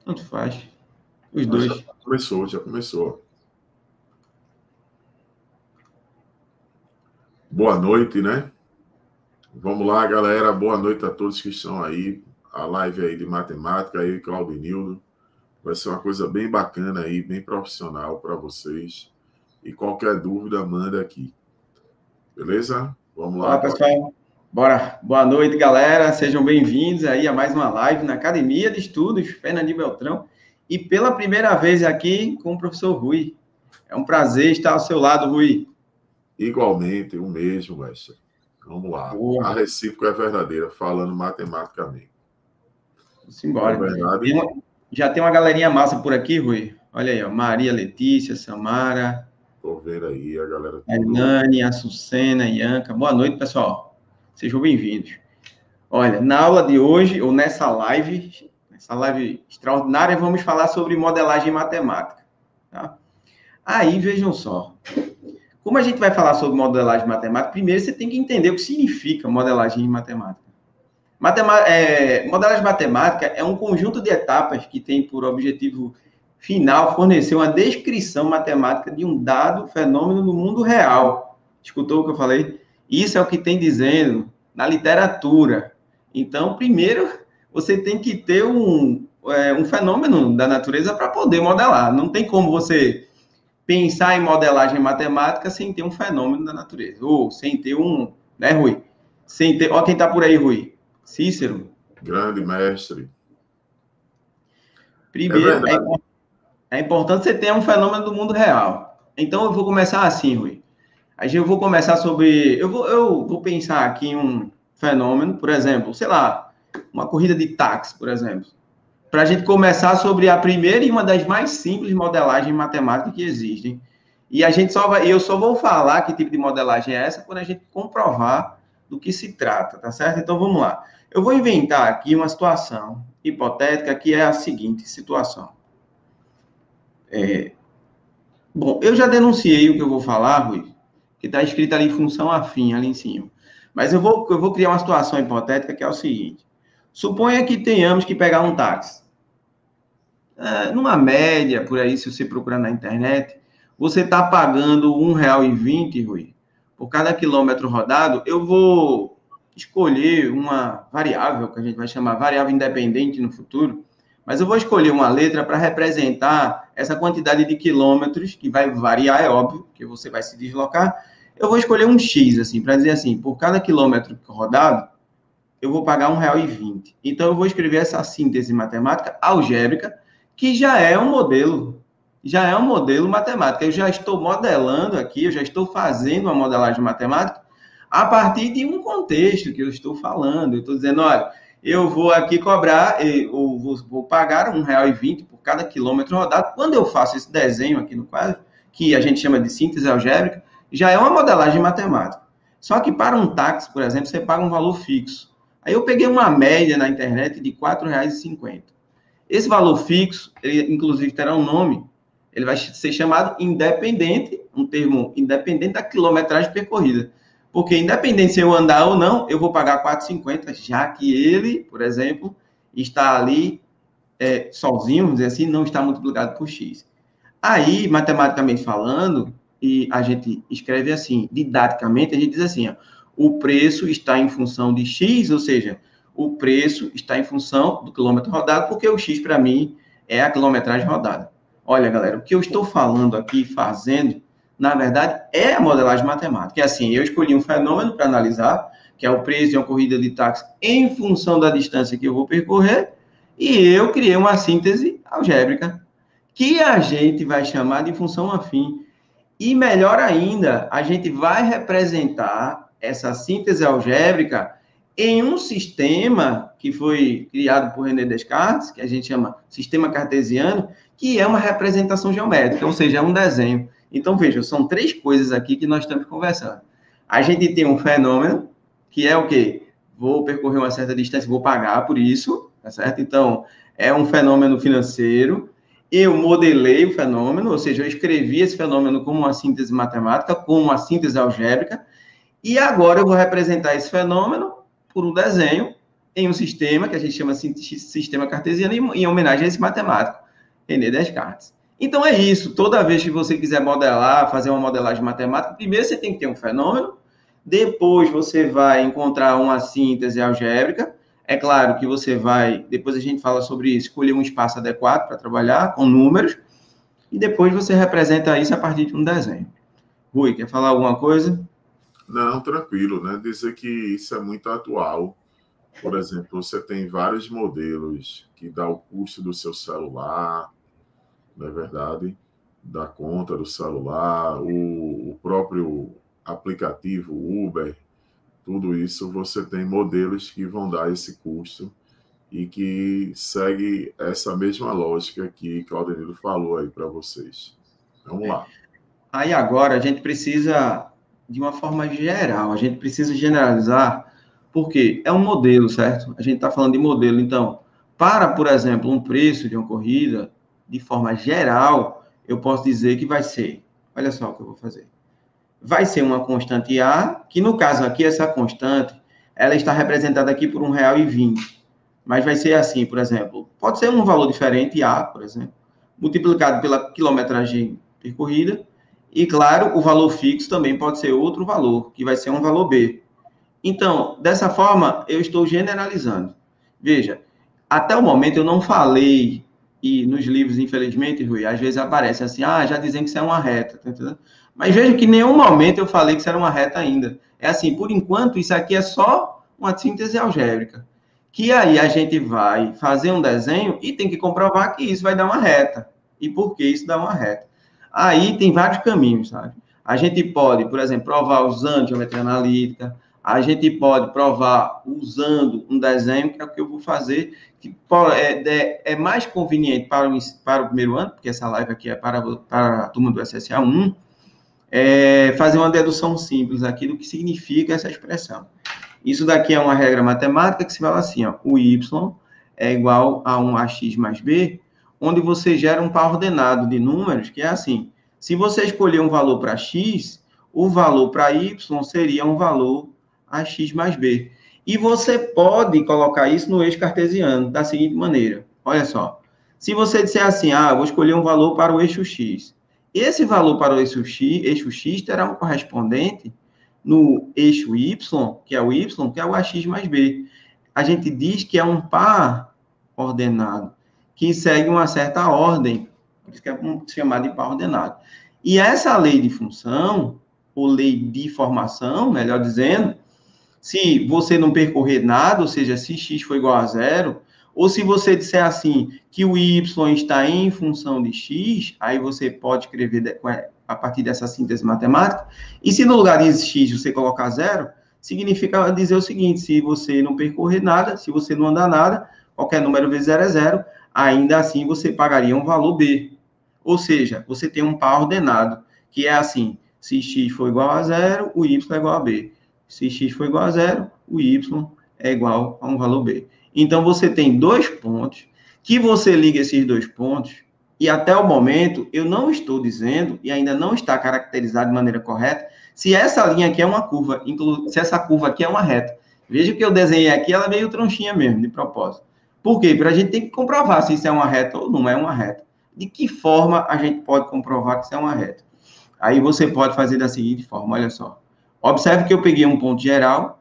Tanto faz. Os dois. Já começou. Boa noite, né? Vamos lá, galera. Boa noite a todos que estão aí. A live aí de matemática aí, Claudinildo. Vai ser uma coisa bem bacana aí, bem profissional para vocês. E qualquer dúvida, manda aqui. Beleza? Vamos lá. Olá, pessoal. Bora. Boa noite, galera. Sejam bem-vindos aí a mais uma live na Academia de Estudos Fernandinho Beltrão. E pela primeira vez aqui com o professor Rui. É um prazer estar ao seu lado, Rui. Igualmente, o mesmo, mestre. Vamos lá. Boa. A recíproca é verdadeira, falando matematicamente. Vamos embora. Já tem uma galerinha massa por aqui, Rui. Olha aí, ó. Maria Letícia, Samara. Tô vendo aí a galera. A Nani, a Sucena, Ianca. Boa noite, pessoal. Sejam bem-vindos. Olha, na aula de hoje, ou nessa live extraordinária, vamos falar sobre modelagem matemática. Tá? Aí, vejam só. Como a gente vai falar sobre modelagem matemática, primeiro você tem que entender o que significa modelagem matemática. Modelagem matemática é um conjunto de etapas que tem por objetivo final fornecer uma descrição matemática de um dado fenômeno no mundo real. Escutou o que eu falei? Isso é o que tem dizendo na literatura. Então, primeiro, você tem que ter um fenômeno da natureza para poder modelar. Não tem como você pensar em modelagem matemática sem ter um fenômeno da natureza. Ou sem ter um... Né, Rui? Sem ter... Ó quem está por aí, Rui. Cícero. Grande mestre. Primeiro, é importante você ter um fenômeno do mundo real. Então, eu vou começar assim, Rui. Eu vou começar sobre... Eu vou pensar aqui em um fenômeno, por exemplo, sei lá, uma corrida de táxi, por exemplo. Para a gente começar sobre a primeira e uma das mais simples modelagens matemáticas que existem. E eu só vou falar que tipo de modelagem é essa quando a gente comprovar do que se trata, tá certo? Então, vamos lá. Eu vou inventar aqui uma situação hipotética que é a seguinte situação. Bom, eu já denunciei o que eu vou falar, Rui, que está escrito ali função afim, ali em cima. Mas eu vou criar uma situação hipotética que é o seguinte. Suponha que tenhamos que pegar um táxi. Numa média, por aí, se você procurar na internet, você está pagando R$1,20, Rui, por cada quilômetro rodado. Eu vou escolher uma variável, que a gente vai chamar variável independente no futuro, mas eu vou escolher uma letra para representar essa quantidade de quilômetros, que vai variar, é óbvio, que você vai se deslocar. Eu vou escolher um X, assim, para dizer assim, por cada quilômetro rodado, eu vou pagar R$1,20. Então, eu vou escrever essa síntese matemática algébrica, que já é um modelo matemático. Eu já estou modelando aqui, eu já estou fazendo uma modelagem matemática a partir de um contexto que eu estou falando. Eu estou dizendo, olha, eu vou aqui cobrar, eu vou pagar R$1,20 por cada quilômetro rodado. Quando eu faço esse desenho aqui no quadro, que a gente chama de síntese algébrica, já é uma modelagem matemática. Só que para um táxi, por exemplo, você paga um valor fixo. Aí eu peguei uma média na internet de R$4,50. Esse valor fixo, ele inclusive terá um nome, ele vai ser chamado independente, um termo independente da quilometragem percorrida. Porque independente se eu andar ou não, eu vou pagar R$4,50, já que ele, por exemplo, está ali sozinho, vamos dizer assim, não está multiplicado por X. Aí, matematicamente falando, e a gente escreve assim, didaticamente, a gente diz assim, ó, o preço está em função de X, ou seja, o preço está em função do quilômetro rodado, porque o X, para mim, é a quilometragem rodada. Olha, galera, o que eu estou falando aqui, fazendo, na verdade, é a modelagem matemática. É assim, eu escolhi um fenômeno para analisar, que é o preço de uma corrida de táxi em função da distância que eu vou percorrer, e eu criei uma síntese algébrica, que a gente vai chamar de função afim. E melhor ainda, a gente vai representar essa síntese algébrica em um sistema que foi criado por René Descartes, que a gente chama sistema cartesiano, que é uma representação geométrica, ou seja, é um desenho. Então, veja, são três coisas aqui que nós estamos conversando. A gente tem um fenômeno, que é o quê? Vou percorrer uma certa distância, vou pagar por isso, tá certo? Então, é um fenômeno financeiro. Eu modelei o fenômeno, ou seja, eu escrevi esse fenômeno como uma síntese matemática, como uma síntese algébrica, e agora eu vou representar esse fenômeno por um desenho, em um sistema que a gente chama assim de sistema cartesiano, em homenagem a esse matemático, René Descartes. Então, é isso. Toda vez que você quiser modelar, fazer uma modelagem matemática, primeiro você tem que ter um fenômeno, depois você vai encontrar uma síntese algébrica. É claro que você vai, depois a gente fala sobre isso, escolher um espaço adequado para trabalhar, com números, e depois você representa isso a partir de um desenho. Rui, quer falar alguma coisa? Não, tranquilo, né? Dizer que isso é muito atual. Por exemplo, você tem vários modelos que dá o custo do seu celular, não é verdade? Da conta do celular, o próprio aplicativo Uber, tudo isso você tem modelos que vão dar esse custo e que segue essa mesma lógica que Claudenilo falou aí para vocês. Vamos lá. Aí agora a gente precisa, de uma forma geral, a gente precisa generalizar, porque é um modelo, certo? A gente está falando de modelo, então, para, por exemplo, um preço de uma corrida, de forma geral, eu posso dizer que vai ser, olha só o que eu vou fazer, vai ser uma constante A, que no caso aqui, essa constante, ela está representada aqui por R$1,20, mas vai ser assim, por exemplo, pode ser um valor diferente, A, por exemplo, multiplicado pela quilometragem percorrida, e, claro, o valor fixo também pode ser outro valor, que vai ser um valor B. Então, dessa forma, eu estou generalizando. Veja, até o momento eu não falei, e nos livros, infelizmente, Rui, às vezes aparece assim, já dizem que isso é uma reta, tá entendendo? Mas veja que em nenhum momento eu falei que isso era uma reta ainda. É assim, por enquanto, isso aqui é só uma síntese algébrica. Que aí a gente vai fazer um desenho e tem que comprovar que isso vai dar uma reta. E por que isso dá uma reta? Aí tem vários caminhos, sabe? A gente pode, por exemplo, provar usando geometria analítica, a gente pode provar usando um desenho, que é o que eu vou fazer, que é mais conveniente para o primeiro ano, porque essa live aqui é para a turma do SSA 1, fazer uma dedução simples aqui do que significa essa expressão. Isso daqui é uma regra matemática que se fala assim, ó, o y é igual a um ax mais b, onde você gera um par ordenado de números, que é assim, se você escolher um valor para x, o valor para y seria um valor ax mais b. E você pode colocar isso no eixo cartesiano, da seguinte maneira, olha só, se você disser assim, vou escolher um valor para o eixo x, esse valor para o eixo x terá um correspondente no eixo y, que é o ax mais b. A gente diz que é um par ordenado, que segue uma certa ordem, por isso que é chamado de par ordenado. E essa lei de função, ou lei de formação, melhor dizendo, se você não percorrer nada, ou seja, se x for igual a zero, ou se você disser assim, que o y está em função de x, aí você pode escrever a partir dessa síntese matemática, e se no lugar de x você colocar zero, significa dizer o seguinte, se você não percorrer nada, se você não andar nada, qualquer número vezes zero é zero, ainda assim você pagaria um valor B. Ou seja, você tem um par ordenado, que é assim, se x for igual a zero, o y é igual a B. Se x for igual a zero, o y é igual a um valor B. Então, você tem dois pontos, que você liga esses dois pontos, e até o momento, eu não estou dizendo, e ainda não está caracterizado de maneira correta, se essa linha aqui é uma curva, se essa curva aqui é uma reta. Veja que eu desenhei aqui, ela veio tronchinha mesmo, de propósito. Por quê? Para a gente ter que comprovar se isso é uma reta ou não é uma reta. De que forma a gente pode comprovar que isso é uma reta? Aí você pode fazer da seguinte forma, olha só. Observe que eu peguei um ponto geral,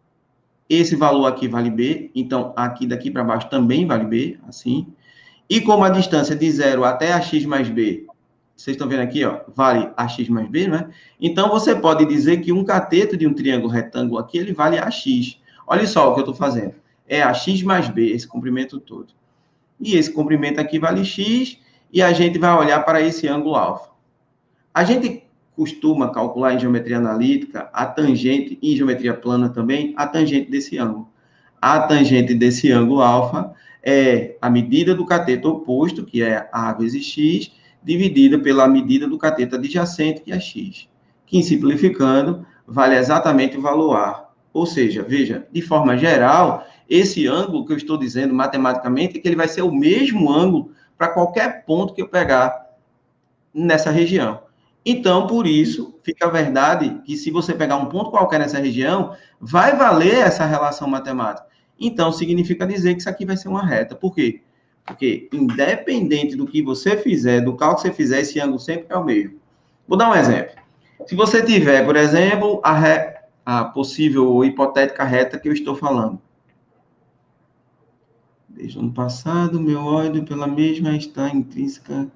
esse valor aqui vale B, então aqui daqui para baixo também vale B, assim. E como a distância de 0 até ax mais B, vocês estão vendo aqui, ó, vale ax mais B, não é? Então você pode dizer que um cateto de um triângulo retângulo aqui, ele vale ax. Olha só o que eu estou fazendo. É ax mais B, esse comprimento todo. E esse comprimento aqui vale x, e a gente vai olhar para esse ângulo alfa. A gente costuma calcular em geometria analítica a tangente, e em geometria plana também, a tangente desse ângulo. A tangente desse ângulo alfa é a medida do cateto oposto, que é A vezes x, dividida pela medida do cateto adjacente, que é x. Que, simplificando, vale exatamente o valor A. Ou seja, veja, de forma geral, esse ângulo que eu estou dizendo matematicamente é que ele vai ser o mesmo ângulo para qualquer ponto que eu pegar nessa região. Então, por isso, fica a verdade que se você pegar um ponto qualquer nessa região, vai valer essa relação matemática. então significa dizer que isso aqui vai ser uma reta. Por quê? Porque, independente do que você fizer, do cálculo que você fizer, esse ângulo sempre é o mesmo. Vou dar um exemplo. Se você tiver, por exemplo, a possível ou hipotética reta que eu estou falando. Desde o ano passado, meu ódio pela mesma está intrínseca.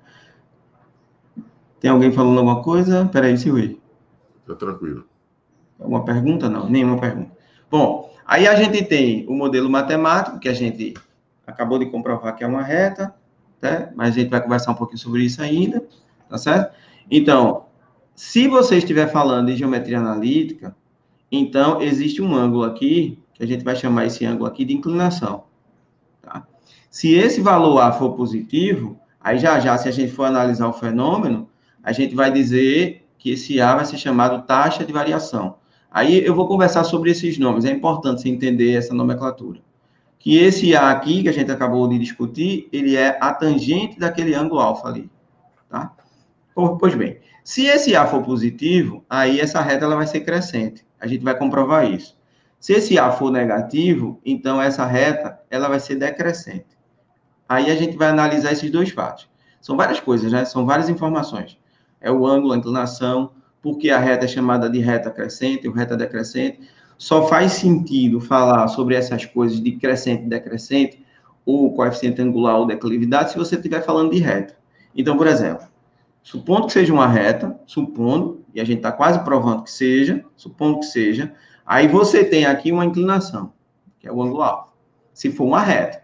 Tem alguém falando alguma coisa? Peraí, Silvio. Tá tranquilo. Alguma pergunta? Não, nenhuma pergunta. Bom, aí a gente tem o modelo matemático, que a gente acabou de comprovar que é uma reta, né? Mas a gente vai conversar um pouquinho sobre isso ainda, tá certo? Então, se você estiver falando de geometria analítica, então existe um ângulo aqui, que a gente vai chamar esse ângulo aqui de inclinação, tá? Se esse valor A for positivo, aí já, se a gente for analisar o fenômeno, a gente vai dizer que esse A vai ser chamado taxa de variação. Aí eu vou conversar sobre esses nomes, é importante você entender essa nomenclatura. Que esse A aqui, que a gente acabou de discutir, ele é a tangente daquele ângulo alfa ali, tá? Pois bem, se esse A for positivo, aí essa reta ela vai ser crescente. A gente vai comprovar isso. Se esse A for negativo, então essa reta ela vai ser decrescente. Aí a gente vai analisar esses dois fatos. São várias coisas, né? São várias informações. É o ângulo, a inclinação, porque a reta é chamada de reta crescente ou reta decrescente. Só faz sentido falar sobre essas coisas de crescente e decrescente, ou coeficiente angular ou declividade, se você estiver falando de reta. Então, por exemplo, supondo que seja uma reta, e a gente está quase provando que seja, supondo que seja, aí você tem aqui uma inclinação, que é o ângulo alfa, se for uma reta.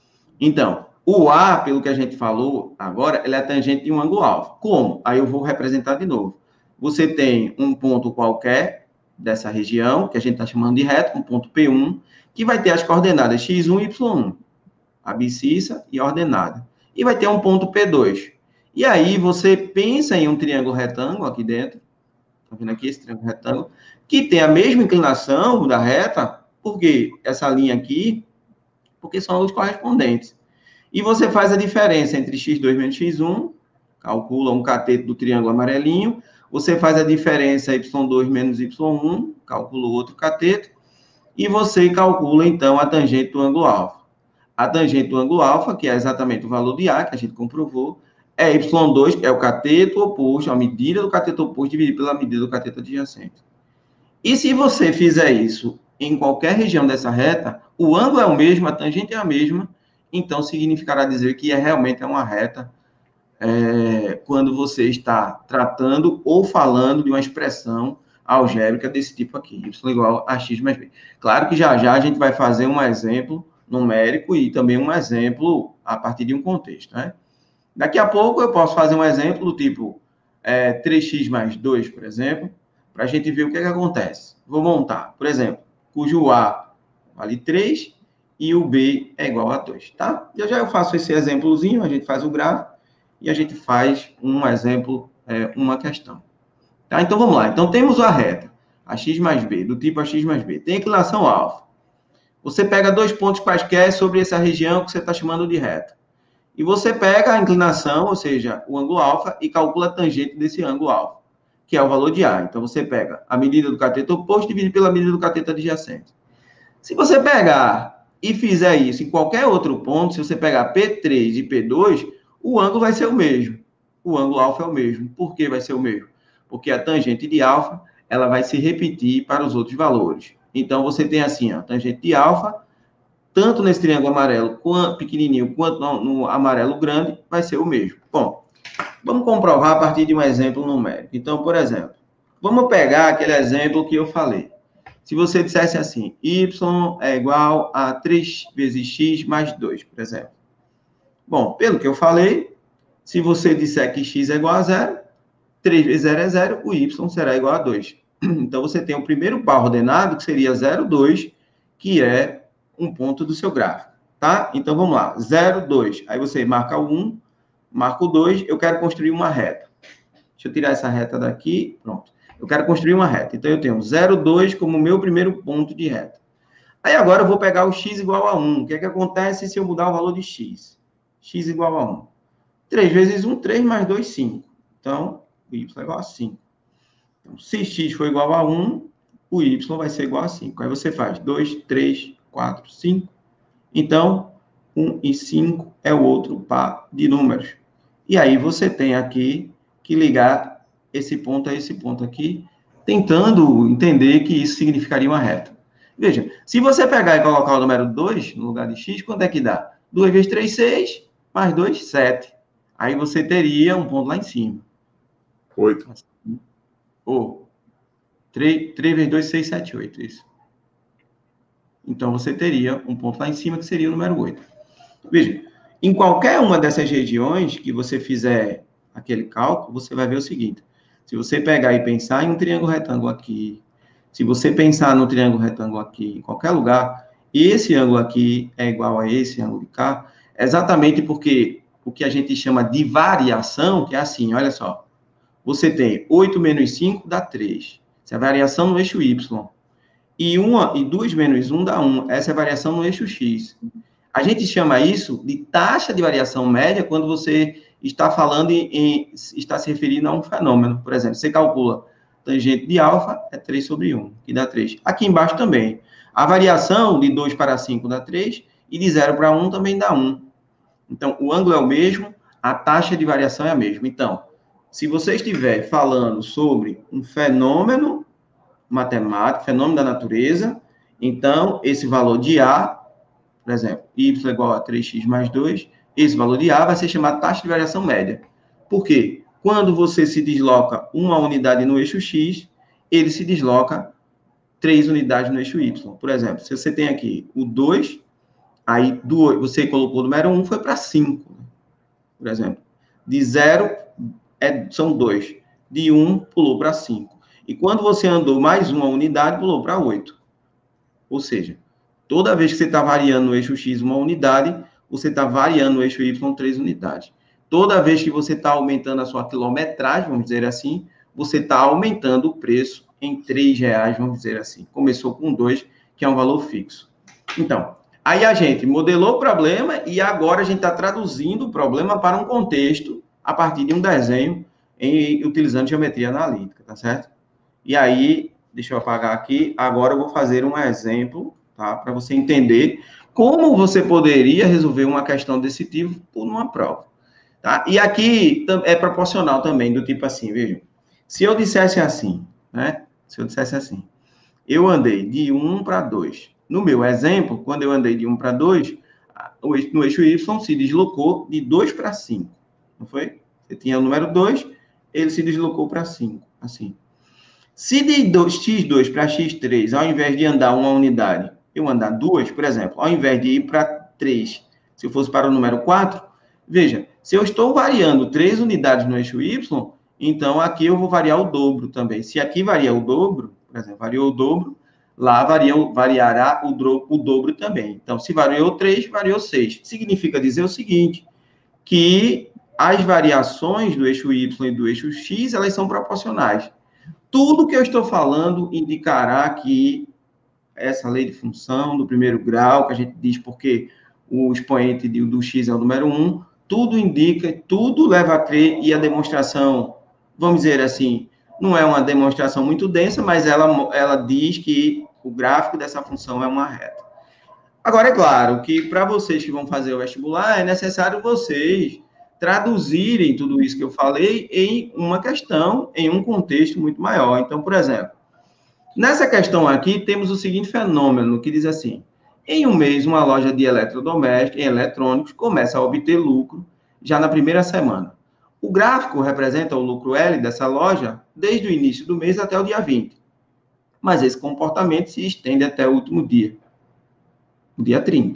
Então, o A, pelo que a gente falou agora, ele é tangente de um ângulo alfa. Como? Aí eu vou representar de novo. Você tem um ponto qualquer dessa região, que a gente está chamando de reta, um ponto P1, que vai ter as coordenadas x1 e y1, abscissa e ordenada. E vai ter um ponto P2. E aí você pensa em um triângulo retângulo aqui dentro, tá vendo aqui esse triângulo retângulo, que tem a mesma inclinação da reta, porque essa linha aqui, porque são os correspondentes. E você faz a diferença entre x2 menos x1, calcula um cateto do triângulo amarelinho, você faz a diferença y2 menos y1, calcula o outro cateto, e você calcula, então, a tangente do ângulo alfa. A tangente do ângulo alfa, que é exatamente o valor de A, que a gente comprovou, é y2, que é o cateto oposto, a medida do cateto oposto dividido pela medida do cateto adjacente. E se você fizer isso em qualquer região dessa reta, o ângulo é o mesmo, a tangente é a mesma, então significará dizer que realmente é uma reta quando você está tratando ou falando de uma expressão algébrica desse tipo aqui, y igual a x mais b. Claro que já a gente vai fazer um exemplo numérico e também um exemplo a partir de um contexto, né? Daqui a pouco eu posso fazer um exemplo do tipo 3x mais 2, por exemplo, para a gente ver o que acontece. Vou montar, por exemplo, cujo A vale 3 e o B é igual a 2, tá? Eu faço esse exemplozinho, a gente faz o gráfico e a gente faz um exemplo, uma questão. Tá? Então, vamos lá. Então, temos a reta, a x mais b, do tipo a x mais b. Tem inclinação alfa. Você pega dois pontos quaisquer sobre essa região que você está chamando de reta. E você pega a inclinação, ou seja, o ângulo alfa, e calcula a tangente desse ângulo alfa, que é o valor de A. Então, você pega a medida do cateto oposto dividido pela medida do cateto adjacente. Se você pegar e fizer isso em qualquer outro ponto, se você pegar P3 e P2, o ângulo vai ser o mesmo. O ângulo alfa é o mesmo. Por que vai ser o mesmo? Porque a tangente de alfa, ela vai se repetir para os outros valores. Então, você tem assim, a tangente de alfa, tanto nesse triângulo amarelo pequenininho, quanto no amarelo grande, vai ser o mesmo. Bom, vamos comprovar a partir de um exemplo numérico. Então, por exemplo, vamos pegar aquele exemplo que eu falei. Se você dissesse assim, y é igual a 3 vezes x mais 2, por exemplo. Bom, pelo que eu falei, se você disser que x é igual a 0, 3 vezes 0 é 0, o y será igual a 2. Então, você tem o primeiro par ordenado, que seria 0, 2, que é um ponto do seu gráfico, tá? Então, vamos lá, 0, 2. Aí você marca o 1, marca o 2, eu quero construir uma reta. Deixa eu tirar essa reta daqui, pronto. Eu quero construir uma reta. Então, eu tenho 0, 2 como meu primeiro ponto de reta. Aí, agora, eu vou pegar o x igual a 1. O que é que acontece se eu mudar o valor de x? X igual a 1. 3 vezes 1, 3 mais 2, 5. Então, o y é igual a 5. Então, se x for igual a 1, o y vai ser igual a 5. Aí você faz 2, 3, 4, 5. Então, 1 e 5 é o outro par de números. E aí você tem aqui que ligar esse ponto a esse ponto aqui, tentando entender que isso significaria uma reta. Veja, se você pegar e colocar o número 2 no lugar de x, quanto é que dá? 2 vezes 3, 6, mais 2, 7. Aí você teria um ponto lá em cima. 8. Ou 3 vezes 2, 6, 7, 8. Isso. Então, você teria um ponto lá em cima, que seria o número 8. Veja, em qualquer uma dessas regiões que você fizer aquele cálculo, você vai ver o seguinte. Se você pegar e pensar em um triângulo retângulo aqui, se você pensar no triângulo retângulo aqui, em qualquer lugar, esse ângulo aqui é igual a esse ângulo de cá, exatamente porque o que a gente chama de variação, que é assim, olha só. Você tem 8 menos 5 dá 3. Essa é a variação no eixo Y. E 2 menos 1 dá 1. Essa é a variação no eixo X. A gente chama isso de taxa de variação média quando você está falando está se referindo a um fenômeno. Por exemplo, você calcula tangente de alfa é 3 sobre 1, que dá 3. Aqui embaixo também. A variação de 2 para 5 dá 3 e de 0 para 1 também dá 1. Então, o ângulo é o mesmo, a taxa de variação é a mesma. Então, se você estiver falando sobre um fenômeno matemático, fenômeno da natureza, então, esse valor de A, por exemplo, y igual a 3x mais 2, esse valor de A vai ser chamado taxa de variação média. Por quê? Quando você se desloca uma unidade no eixo X, ele se desloca 3 unidades no eixo Y. Por exemplo, se você tem aqui o 2, aí você colocou o número 1, foi para 5. Por exemplo, de 0 são 2. De 1, pulou para 5. E quando você andou mais uma unidade, pulou para 8. Ou seja, toda vez que você está variando no eixo X uma unidade, você está variando no eixo Y 3 unidades. Toda vez que você está aumentando a sua quilometragem, vamos dizer assim, você está aumentando o preço em R$3, vamos dizer assim. Começou com 2, que é um valor fixo. Então, aí a gente modelou o problema e agora a gente está traduzindo o problema para um contexto a partir de um desenho utilizando geometria analítica, tá certo? E aí, deixa eu apagar aqui, agora eu vou fazer um exemplo, tá? Para você entender como você poderia resolver uma questão desse tipo por uma prova. Tá? E aqui é proporcional também, do tipo assim, veja. Se eu dissesse assim, né? Se eu dissesse assim, eu andei de 1 para 2. No meu exemplo, quando eu andei de 1 para 2, no eixo Y se deslocou de 2 para 5. Não foi? Você tinha o número 2, ele se deslocou para 5, assim. Se de x2 para x3, ao invés de andar uma unidade, eu andar 2, por exemplo, ao invés de ir para 3, se eu fosse para o número 4, veja, se eu estou variando 3 unidades no eixo Y, então aqui eu vou variar o dobro também. Se aqui varia o dobro, por exemplo, variou o dobro, lá variará o dobro também. Então, se variou 3, variou 6. Significa dizer o seguinte, que as variações do eixo Y e do eixo X, elas são proporcionais. Tudo que eu estou falando indicará que essa lei de função do primeiro grau, que a gente diz porque o expoente do X é o número 1, tudo indica, tudo leva a crer, e a demonstração, vamos dizer assim, não é uma demonstração muito densa, mas ela diz que o gráfico dessa função é uma reta. Agora, é claro que para vocês que vão fazer o vestibular, é necessário vocês traduzirem tudo isso que eu falei em uma questão, em um contexto muito maior. Então, por exemplo, nessa questão aqui, temos o seguinte fenômeno, que diz assim, em um mês, uma loja de eletrodomésticos e eletrônicos começa a obter lucro já na primeira semana. O gráfico representa o lucro L dessa loja desde o início do mês até o dia 20. Mas esse comportamento se estende até o último dia, o dia 30.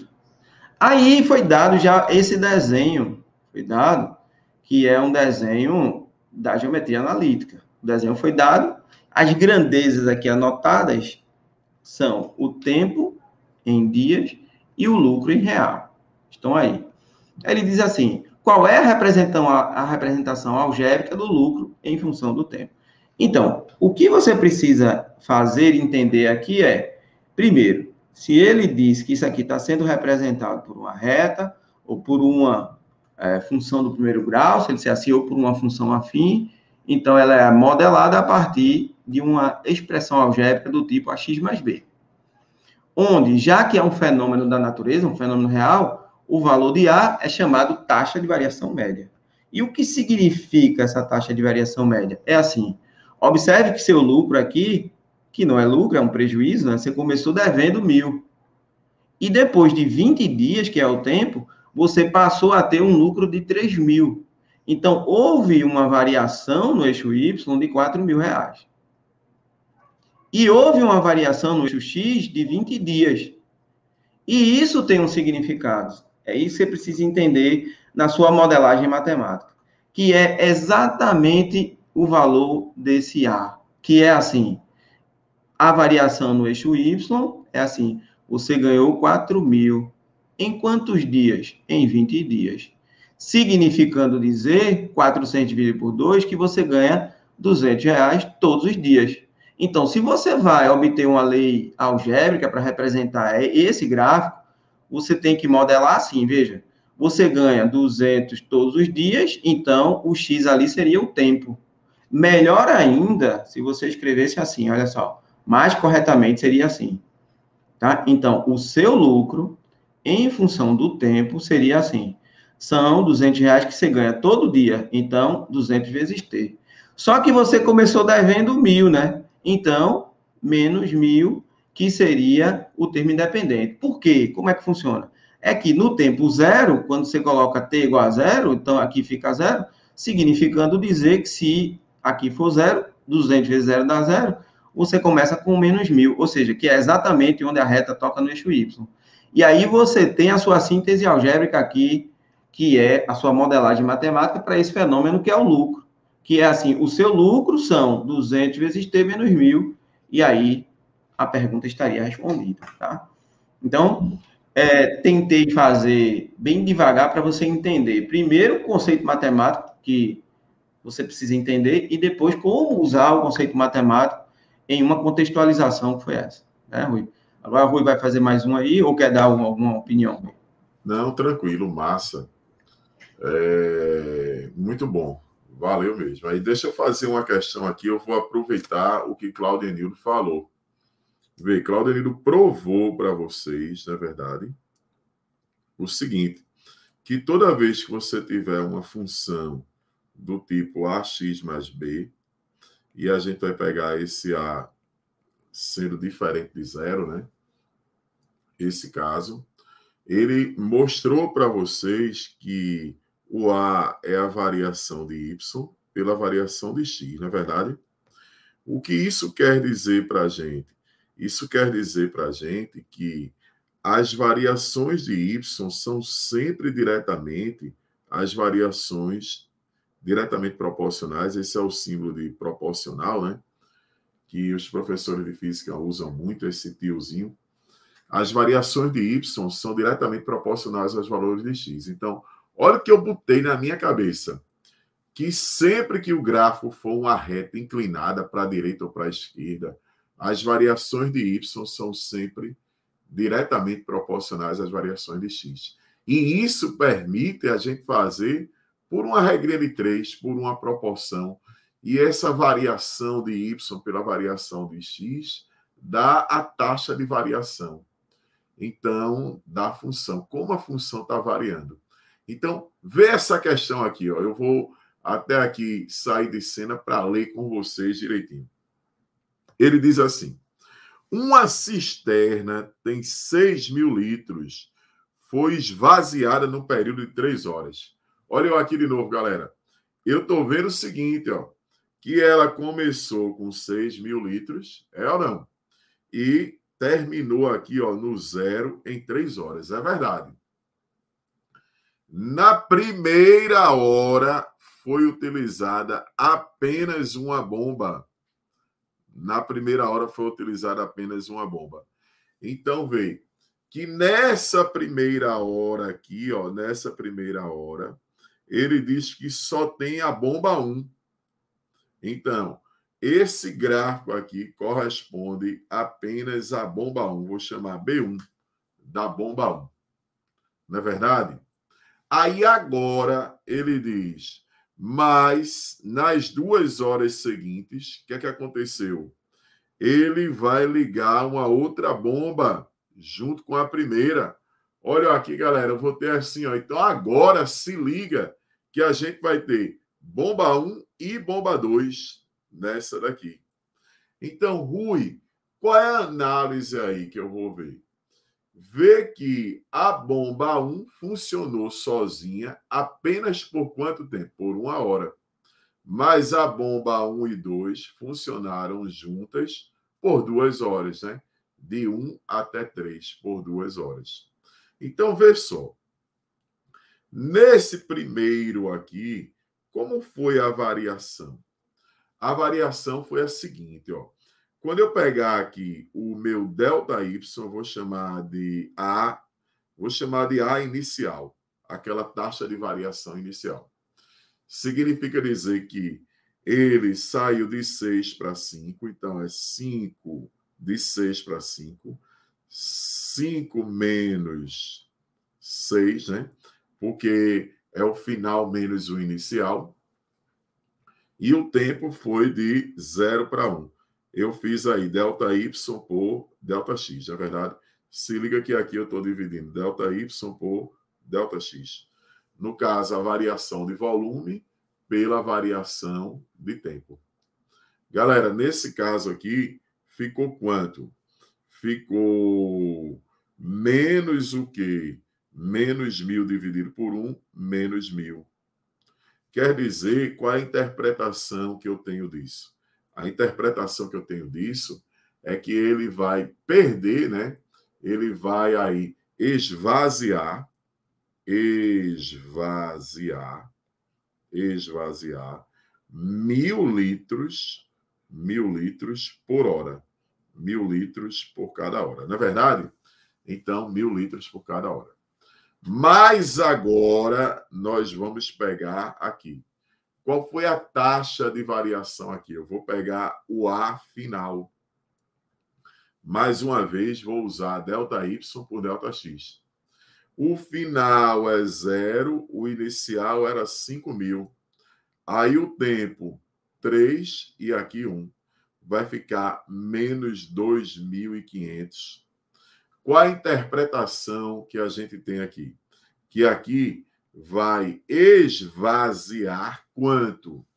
Aí foi dado já esse desenho, foi dado, que é um desenho da geometria analítica. O desenho foi dado, as grandezas aqui anotadas são o tempo em dias e o lucro em real. Estão aí. Ele diz assim, qual é a representação algébrica do lucro em função do tempo? Então, o que você precisa fazer e entender aqui é, primeiro, se ele diz que isso aqui está sendo representado por uma reta, ou por uma função do primeiro grau, se ele disser assim, ou por uma função afim, então ela é modelada a partir de uma expressão algébrica do tipo AX mais B. onde, já que é um fenômeno da natureza, um fenômeno real, o valor de A é chamado taxa de variação média. E o que significa essa taxa de variação média? É assim, observe que seu lucro aqui, que não é lucro, é um prejuízo, né? Você começou devendo 1.000. E depois de 20 dias, que é o tempo, você passou a ter um lucro de 3.000. Então, houve uma variação no eixo Y de 4.000 reais. E houve uma variação no eixo X de 20 dias. E isso tem um significado. É isso que você precisa entender na sua modelagem matemática, que é exatamente o valor desse A, que é assim, a variação no eixo Y é assim, você ganhou 4.000. Em quantos dias? Em 20 dias. Significando dizer, 400 dividido por 2, que você ganha R$200 todos os dias. Então, se você vai obter uma lei algébrica para representar esse gráfico, você tem que modelar assim, veja, você ganha 200 todos os dias, então o X ali seria o tempo. Melhor ainda, se você escrevesse assim, olha só, mais corretamente seria assim, tá? Então, o seu lucro, em função do tempo, seria assim, são R$200 que você ganha todo dia, então, 200 vezes T. Só que você começou devendo 1.000, né? Então, menos 1.000, que seria o termo independente. Por quê? Como é que funciona? É que no tempo zero, quando você coloca T igual a zero, então aqui fica zero, significando dizer que se aqui for zero, 200 vezes zero dá zero, você começa com menos 1.000, ou seja, que é exatamente onde a reta toca no eixo Y. E aí você tem a sua síntese algébrica aqui, que é a sua modelagem matemática para esse fenômeno que é o lucro. Que é assim, o seu lucro são 200 vezes T menos 1.000, e aí a pergunta estaria respondida, tá? Então, tentei fazer bem devagar para você entender. Primeiro, o conceito matemático, que você precisa entender, e depois como usar o conceito matemático em uma contextualização que foi essa, né, Rui? Agora, o Rui vai fazer mais um aí, ou quer dar alguma opinião? Não, tranquilo, massa. Muito bom. Valeu mesmo. Aí deixa eu fazer uma questão aqui, eu vou aproveitar o que Cláudio Enildo falou. Vê, Cláudio Enildo provou para vocês, na verdade, o seguinte, que toda vez que você tiver uma função do tipo AX mais B, e a gente vai pegar esse A sendo diferente de zero, né? Esse caso, ele mostrou para vocês que o A é a variação de Y pela variação de X, não é verdade? O que isso quer dizer para a gente? Isso quer dizer para a gente que as variações de Y são sempre diretamente as variações diretamente proporcionais. Esse é o símbolo de proporcional, né? Que os professores de física usam muito, esse tiozinho. As variações de Y são diretamente proporcionais aos valores de X. Então, olha o que eu botei na minha cabeça. Que sempre que o gráfico for uma reta inclinada para a direita ou para a esquerda, as variações de Y são sempre diretamente proporcionais às variações de X. E isso permite a gente fazer por uma regrinha de 3, por uma proporção. E essa variação de Y pela variação de X dá a taxa de variação. Então, da função. Como a função está variando. Então, vê essa questão aqui. Ó. Eu vou até aqui sair de cena para ler com vocês direitinho. Ele diz assim, uma cisterna tem 6.000 litros, foi esvaziada no período de 3 horas. Olha eu aqui de novo, galera. Eu estou vendo o seguinte, ó, que ela começou com 6.000 litros, é ou não? E terminou aqui, ó, no zero em 3 horas. É verdade. Na primeira hora foi utilizada apenas uma bomba. Na primeira hora foi utilizada apenas uma bomba. Então, vê que nessa primeira hora aqui, ó, nessa primeira hora, ele diz que só tem a bomba 1. Então, esse gráfico aqui corresponde apenas à bomba 1. Vou chamar B1 da bomba 1. Não é verdade? Aí agora ele diz, mas nas 2 horas seguintes, o que é que aconteceu? Ele vai ligar uma outra bomba junto com a primeira. Olha aqui, galera, eu vou ter assim, ó. Então, agora se liga que a gente vai ter bomba 1 e bomba 2 nessa daqui. Então, Rui, qual é a análise aí que eu vou ver? Ver que a bomba 1 funcionou sozinha apenas por quanto tempo? Por 1 hora. Mas a bomba 1 e 2 funcionaram juntas por 2 horas, né? De 1 até 3, por 2 horas. Então, vê só. Nesse primeiro aqui, como foi a variação? A variação foi a seguinte, ó. Quando eu pegar aqui o meu ΔY, vou chamar de A inicial, aquela taxa de variação inicial. Significa dizer que ele saiu de 6 para 5, então é 5 de 6 para 5, 5 menos 6, né? Porque é o final menos o inicial. E o tempo foi de 0 para 1. Eu fiz aí ΔY por ΔX, na verdade. Se liga que aqui eu estou dividindo ΔY por ΔX. No caso, a variação de volume pela variação de tempo. Galera, nesse caso aqui, ficou quanto? Ficou menos o quê? Menos 1.000 dividido por 1, menos 1.000. Quer dizer, qual é a interpretação que eu tenho disso? A interpretação que eu tenho disso é que ele vai perder, né? Ele vai aí esvaziar 1.000 litros por hora. 1.000 litros por cada hora. Não é verdade? Então, 1.000 litros por cada hora. Mas agora nós vamos pegar aqui. Qual foi a taxa de variação aqui? Eu vou pegar o A final. Mais uma vez, vou usar ΔY por ΔX. O final é 0, o inicial era 5.000. Aí o tempo, 3 e aqui 1. Vai ficar menos 2.500. Qual a interpretação que a gente tem aqui? Que aqui vai esvaziar quanto?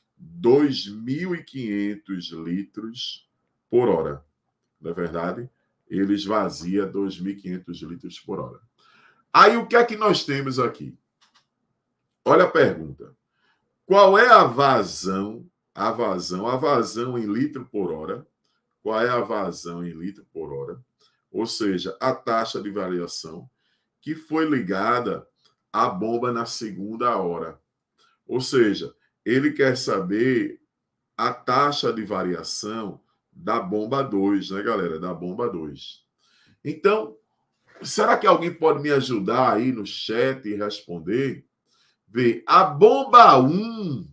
2.500 litros por hora. Não é verdade? Ele esvazia 2.500 litros por hora. Aí o que é que nós temos aqui? Olha a pergunta. Qual é a vazão? A vazão em litro por hora. Qual é a vazão em litro por hora? Ou seja, a taxa de variação que foi ligada à bomba na segunda hora. Ou seja, ele quer saber a taxa de variação da bomba 2, né, galera? Da bomba 2. Então, será que alguém pode me ajudar aí no chat e responder? Vê, a bomba 1,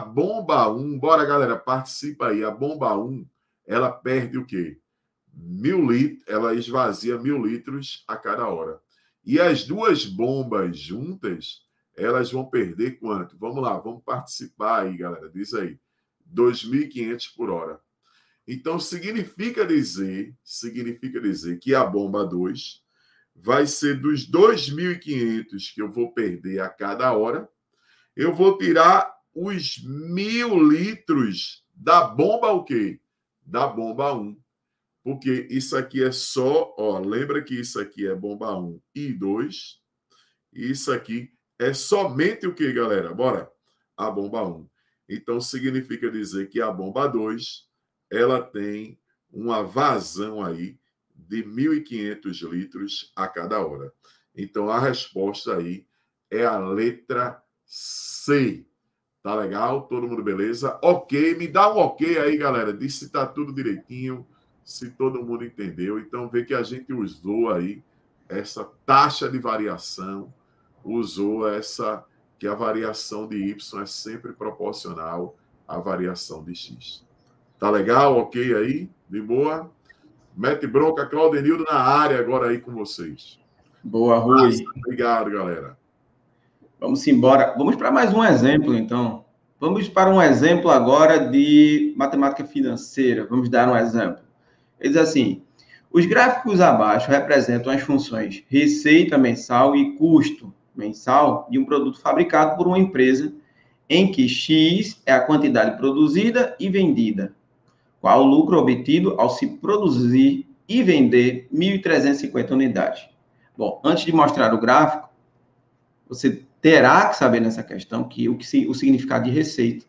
bora, galera, participa aí. A bomba 1, ela perde o quê? 1.000 litros, ela esvazia 1.000 litros a cada hora. E as duas bombas juntas, elas vão perder quanto? Vamos lá, vamos participar aí, galera. Diz aí, 2.500 por hora. Então, significa dizer que a bomba 2 vai ser dos 2.500 que eu vou perder a cada hora, eu vou tirar os 1.000 litros da bomba o quê? Da bomba 1. Porque isso aqui é só, ó, lembra que isso aqui é bomba 1 e 2. E isso aqui é somente o que, galera? Bora? A bomba 1. Então, significa dizer que a bomba 2, ela tem uma vazão aí de 1.500 litros a cada hora. Então, a resposta aí é a letra C. Tá legal? Todo mundo beleza? Ok, me dá um ok aí, galera. Diz se tá tudo direitinho, se todo mundo entendeu. Então, vê que a gente usou aí essa taxa de variação, usou essa, que a variação de Y é sempre proporcional à variação de X. Tá legal? Ok aí? De boa? Mete bronca, Claudenildo na área agora aí com vocês. Boa, Rui. Obrigado, galera. Vamos embora. Vamos para mais um exemplo, então. Vamos para um exemplo agora de matemática financeira. Vamos dar um exemplo. Ele diz assim, Os gráficos abaixo representam as funções receita mensal e custo mensal de um produto fabricado por uma empresa em que X é a quantidade produzida e vendida. Qual o lucro obtido ao se produzir e vender 1.350 unidades? Bom, antes de mostrar o gráfico, você terá que saber nessa questão o significado de receita.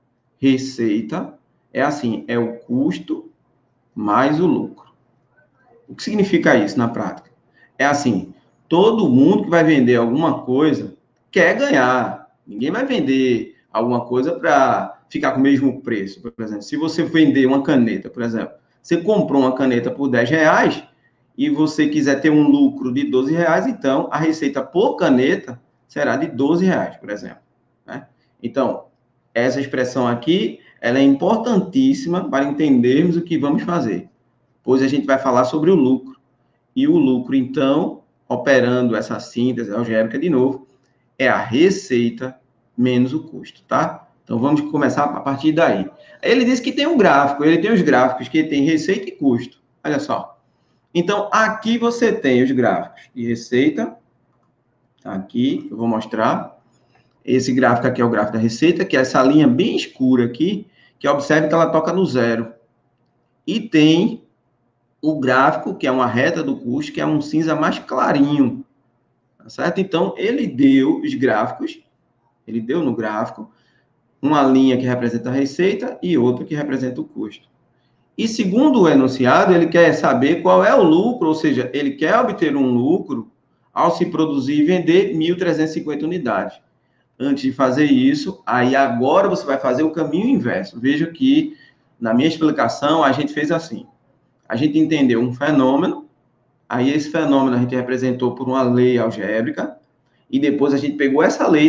Receita é assim, é o custo mais o lucro. O que significa isso na prática? É assim, todo mundo que vai vender alguma coisa quer ganhar. Ninguém vai vender alguma coisa para ficar com o mesmo preço. Por exemplo, se você vender uma caneta, por exemplo, você comprou uma caneta por R$10 e você quiser ter um lucro de R$12, então a receita por caneta será de R$12, por exemplo. Né? Então, essa expressão aqui, ela é importantíssima para entendermos o que vamos fazer, pois a gente vai falar sobre o lucro. E o lucro, então, operando essa síntese algébrica de novo, é a receita menos o custo, tá? Então, vamos começar a partir daí. Ele diz que tem um gráfico, ele tem os gráficos que tem receita e custo. Olha só. Então, aqui você tem os gráficos de receita. Tá aqui, eu vou mostrar. Esse gráfico aqui é o gráfico da receita, que é essa linha bem escura aqui, que observe que ela toca no zero. E tem o gráfico, que é uma reta do custo, que é um cinza mais clarinho. Tá certo? Então, ele deu os gráficos, ele deu no gráfico uma linha que representa a receita e outra que representa o custo. E segundo o enunciado, ele quer saber qual é o lucro, ou seja, ele quer obter um lucro ao se produzir e vender 1.350 unidades. Antes de fazer isso, aí agora você vai fazer o caminho inverso. Veja que, na minha explicação, a gente fez assim. A gente entendeu um fenômeno, aí esse fenômeno a gente representou por uma lei algébrica, e depois a gente pegou essa lei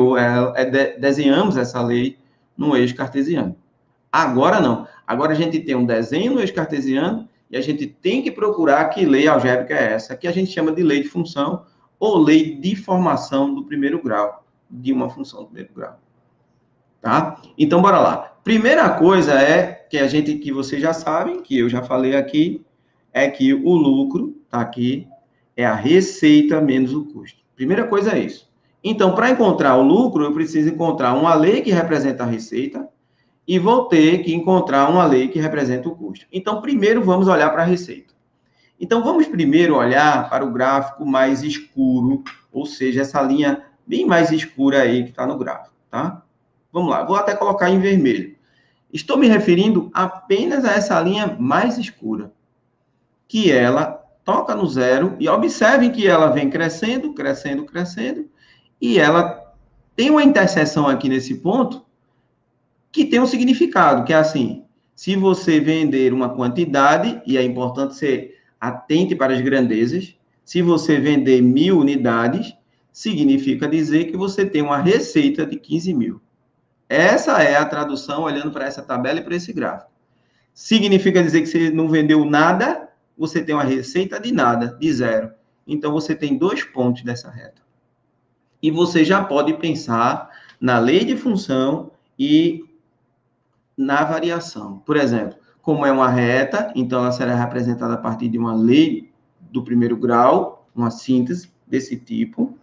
e desenhamos essa lei no eixo cartesiano. Agora não. Agora a gente tem um desenho no eixo cartesiano e a gente tem que procurar que lei algébrica é essa, que a gente chama de lei de função ou lei de formação do primeiro grau, de uma função do primeiro grau. Tá? Então, bora lá. Primeira coisa é que vocês já sabem, que eu já falei aqui, é que o lucro, tá aqui, é a receita menos o custo. Primeira coisa é isso. Então, para encontrar o lucro, eu preciso encontrar uma lei que representa a receita e vou ter que encontrar uma lei que representa o custo. Então, primeiro vamos olhar para a receita. Então, vamos primeiro olhar para o gráfico mais escuro, ou seja, essa linha bem mais escura aí que está no gráfico, tá? Vamos lá, vou até colocar em vermelho. Estou me referindo apenas a essa linha mais escura, que ela toca no zero, e observem que ela vem crescendo, crescendo, crescendo, e ela tem uma interseção aqui nesse ponto, que tem um significado, que é assim, se você vender uma quantidade, e é importante ser atente para as grandezas, se você vender 1.000 unidades, significa dizer que você tem uma receita de 15.000. Essa é a tradução olhando para essa tabela e para esse gráfico. Significa dizer que você não vendeu nada, você tem uma receita de nada, de zero. Então, você tem 2 pontos dessa reta. E você já pode pensar na lei de função e na variação. Por exemplo, como é uma reta, então ela será representada a partir de uma lei do primeiro grau, uma síntese desse tipo.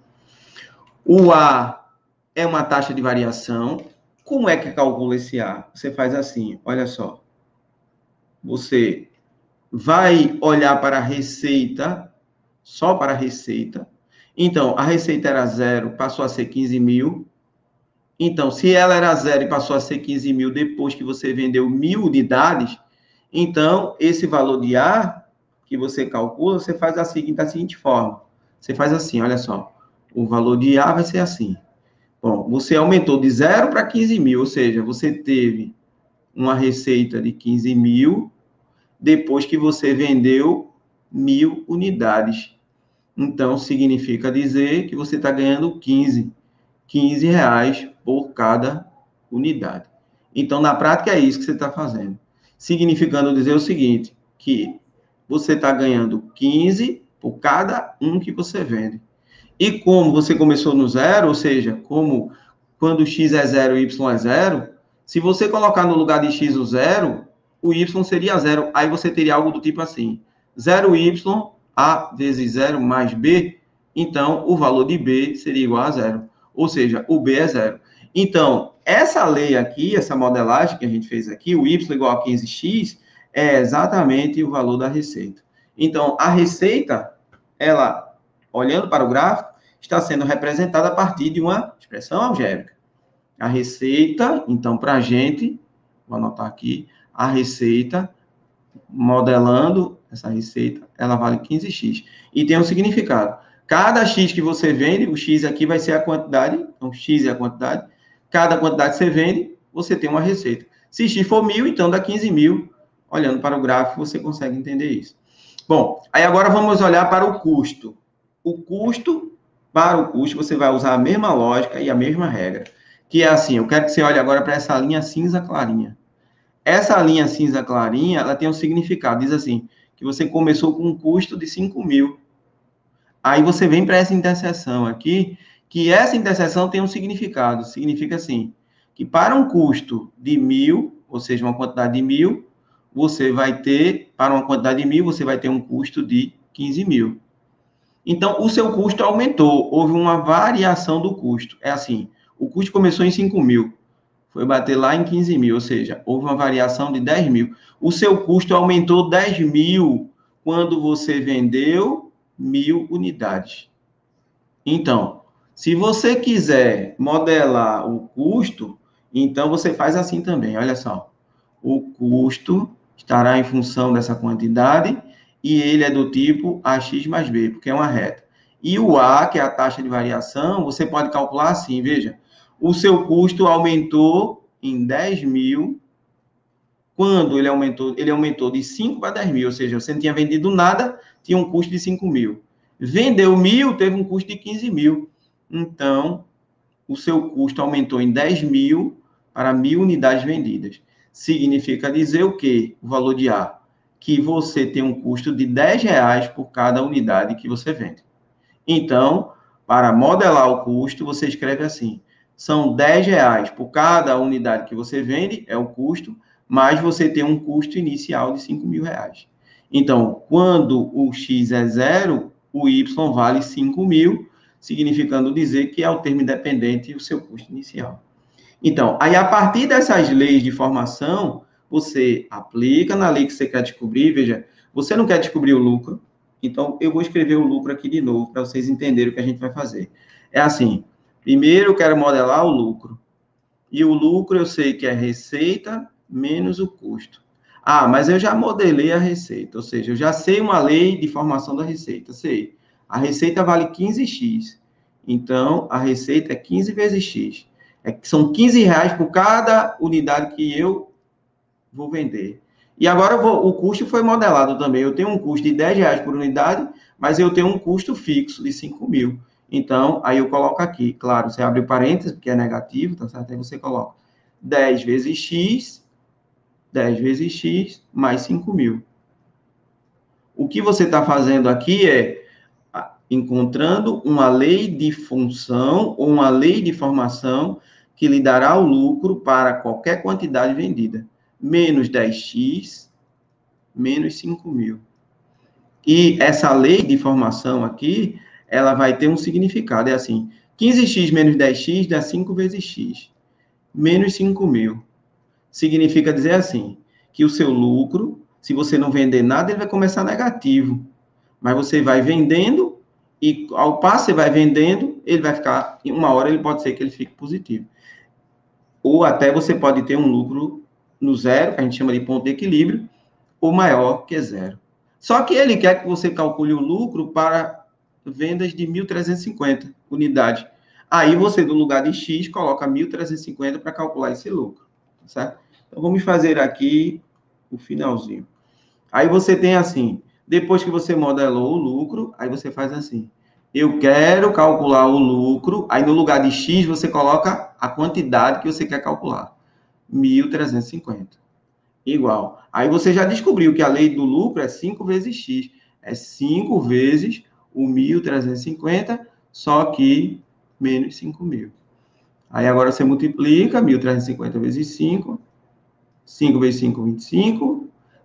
O A é uma taxa de variação. Como é que calcula esse A? Você faz assim, olha só. Você vai olhar para a receita, só para a receita. Então, a receita era 0, passou a ser 15.000. Então, se ela era 0 e passou a ser 15.000 depois que você vendeu 1.000 unidades, então, esse valor de A que você calcula, você faz da seguinte forma. Você faz assim, olha só. O valor de A vai ser assim. Bom, você aumentou de 0 para 15.000, ou seja, você teve uma receita de 15.000 depois que você vendeu 1.000 unidades. Então, significa dizer que você está ganhando 15 reais por cada unidade. Então, na prática, é isso que você está fazendo. Significando dizer o seguinte, que você está ganhando 15 por cada um que você vende. E como você começou no zero, ou seja, como quando x é 0 e y é 0, se você colocar no lugar de x o 0, o y seria 0. Aí você teria algo do tipo assim, 0y, A vezes 0 mais B, então o valor de B seria igual a 0. Ou seja, o B é 0. Então, essa lei aqui, essa modelagem que a gente fez aqui, o y igual a 15x, é exatamente o valor da receita. Então, a receita, ela, olhando para o gráfico, está sendo representada a partir de uma expressão algébrica. A receita, então, para a gente, vou anotar aqui, a receita, modelando essa receita, ela vale 15x. E tem um significado. Cada x que você vende, o x aqui vai ser a quantidade, então x é a quantidade, cada quantidade que você vende, você tem uma receita. Se x for 1.000, então dá 15.000. Olhando para o gráfico, você consegue entender isso. Bom, aí agora vamos olhar para o custo. Para o custo, você vai usar a mesma lógica e a mesma regra. Que é assim, eu quero que você olhe agora para essa linha cinza clarinha. Essa linha cinza clarinha, ela tem um significado. Diz assim, que você começou com um custo de 5.000. Aí você vem para essa interseção aqui, que essa interseção tem um significado. Significa assim, que para um custo de 1.000, ou seja, uma quantidade de 1.000, você vai ter, para uma quantidade de 1.000, você vai ter um custo de 15.000. Então, o seu custo aumentou, houve uma variação do custo. É assim, o custo começou em 5.000, foi bater lá em 15.000, ou seja, houve uma variação de 10.000. O seu custo aumentou 10.000 quando você vendeu 1.000 unidades. Então, se você quiser modelar o custo, então você faz assim também, olha só. O custo estará em função dessa quantidade e ele é do tipo AX mais B, porque é uma reta. E o A, que é a taxa de variação, você pode calcular assim, veja, o seu custo aumentou em 10.000, quando ele aumentou de 5 para 10.000, ou seja, você não tinha vendido nada, tinha um custo de 5.000. Vendeu 1.000, teve um custo de 15.000. Então, o seu custo aumentou em 10.000 para 1.000 unidades vendidas. Significa dizer o quê? O valor de A. Que você tem um custo de R$10 por cada unidade que você vende. Então, para modelar o custo, você escreve assim, são R$10 por cada unidade que você vende, é o custo, mas você tem um custo inicial de R$5.000. Então, quando o X é 0, o Y vale 5.000, significando dizer que é o termo independente e o seu custo inicial. Então, aí a partir dessas leis de formação, você aplica na lei que você quer descobrir, veja, você não quer descobrir o lucro, então eu vou escrever o lucro aqui de novo, para vocês entenderem o que a gente vai fazer. É assim, primeiro eu quero modelar o lucro, e o lucro eu sei que é receita menos o custo. Ah, mas eu já modelei a receita, ou seja, eu já sei uma lei de formação da receita, sei. A receita vale 15x, então a receita é 15 vezes x. São R$15 por cada unidade que eu vou vender. E agora o custo foi modelado também. Eu tenho um custo de R$10 por unidade, mas eu tenho um custo fixo de 5.000. Então, aí eu coloco aqui, claro, você abre o parênteses, porque é negativo, tá certo? Aí você coloca 10 vezes x mais 5.000. O que você está fazendo aqui é encontrando uma lei de função ou uma lei de formação que lhe dará o lucro para qualquer quantidade vendida. Menos 10x, menos 5.000. E essa lei de formação aqui, ela vai ter um significado. É assim, 15x menos 10x dá 5 vezes x. Menos 5.000. Significa dizer assim, que o seu lucro, se você não vender nada, ele vai começar negativo. Mas você vai vendendo, e ao passo que você vai vendendo, ele vai ficar, em uma hora ele pode ser que ele fique positivo. Ou até você pode ter um lucro no zero, que a gente chama de ponto de equilíbrio, ou maior que zero. Só que ele quer que você calcule o lucro para vendas de 1.350 unidades. Aí você, no lugar de X, coloca 1.350 para calcular esse lucro, certo? Então, vamos fazer aqui o finalzinho. Aí você tem assim, depois que você modelou o lucro, aí você faz assim, eu quero calcular o lucro, aí no lugar de X você coloca a quantidade que você quer calcular, 1.350, igual. Aí você já descobriu que a lei do lucro é 5 vezes X, é 5 vezes o 1.350, só que menos 5.000. Aí agora você multiplica, 1.350 vezes 5, 5 vezes 5, 25,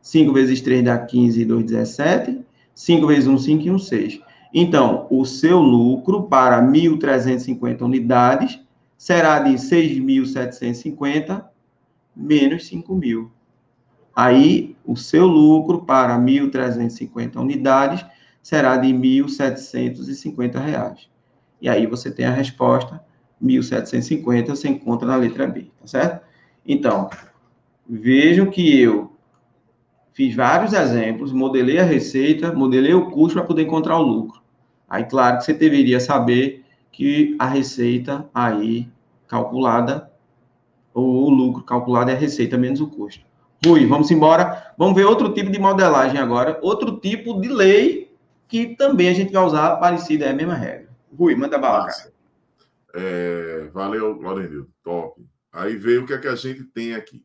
5 vezes 3 dá 15 e 2, 17. 5 vezes 1, 5 e 1, 6. Então, o seu lucro para 1.350 unidades será de 6.750 menos 5.000. Aí, o seu lucro para 1.350 unidades será de R$ 1.750. E aí você tem a resposta, 1.750, você encontra na letra B, tá certo? Então, vejam que eu fiz vários exemplos, modelei a receita, modelei o custo para poder encontrar o lucro. Aí, claro que você deveria saber que a receita aí calculada, ou o lucro calculado é a receita menos o custo. Rui, vamos embora. Vamos ver outro tipo de modelagem agora, outro tipo de lei que também a gente vai usar parecida, é a mesma regra. Rui, manda bala, cara. Valeu, Laurenildo. Top. Aí veio o que é que a gente tem aqui.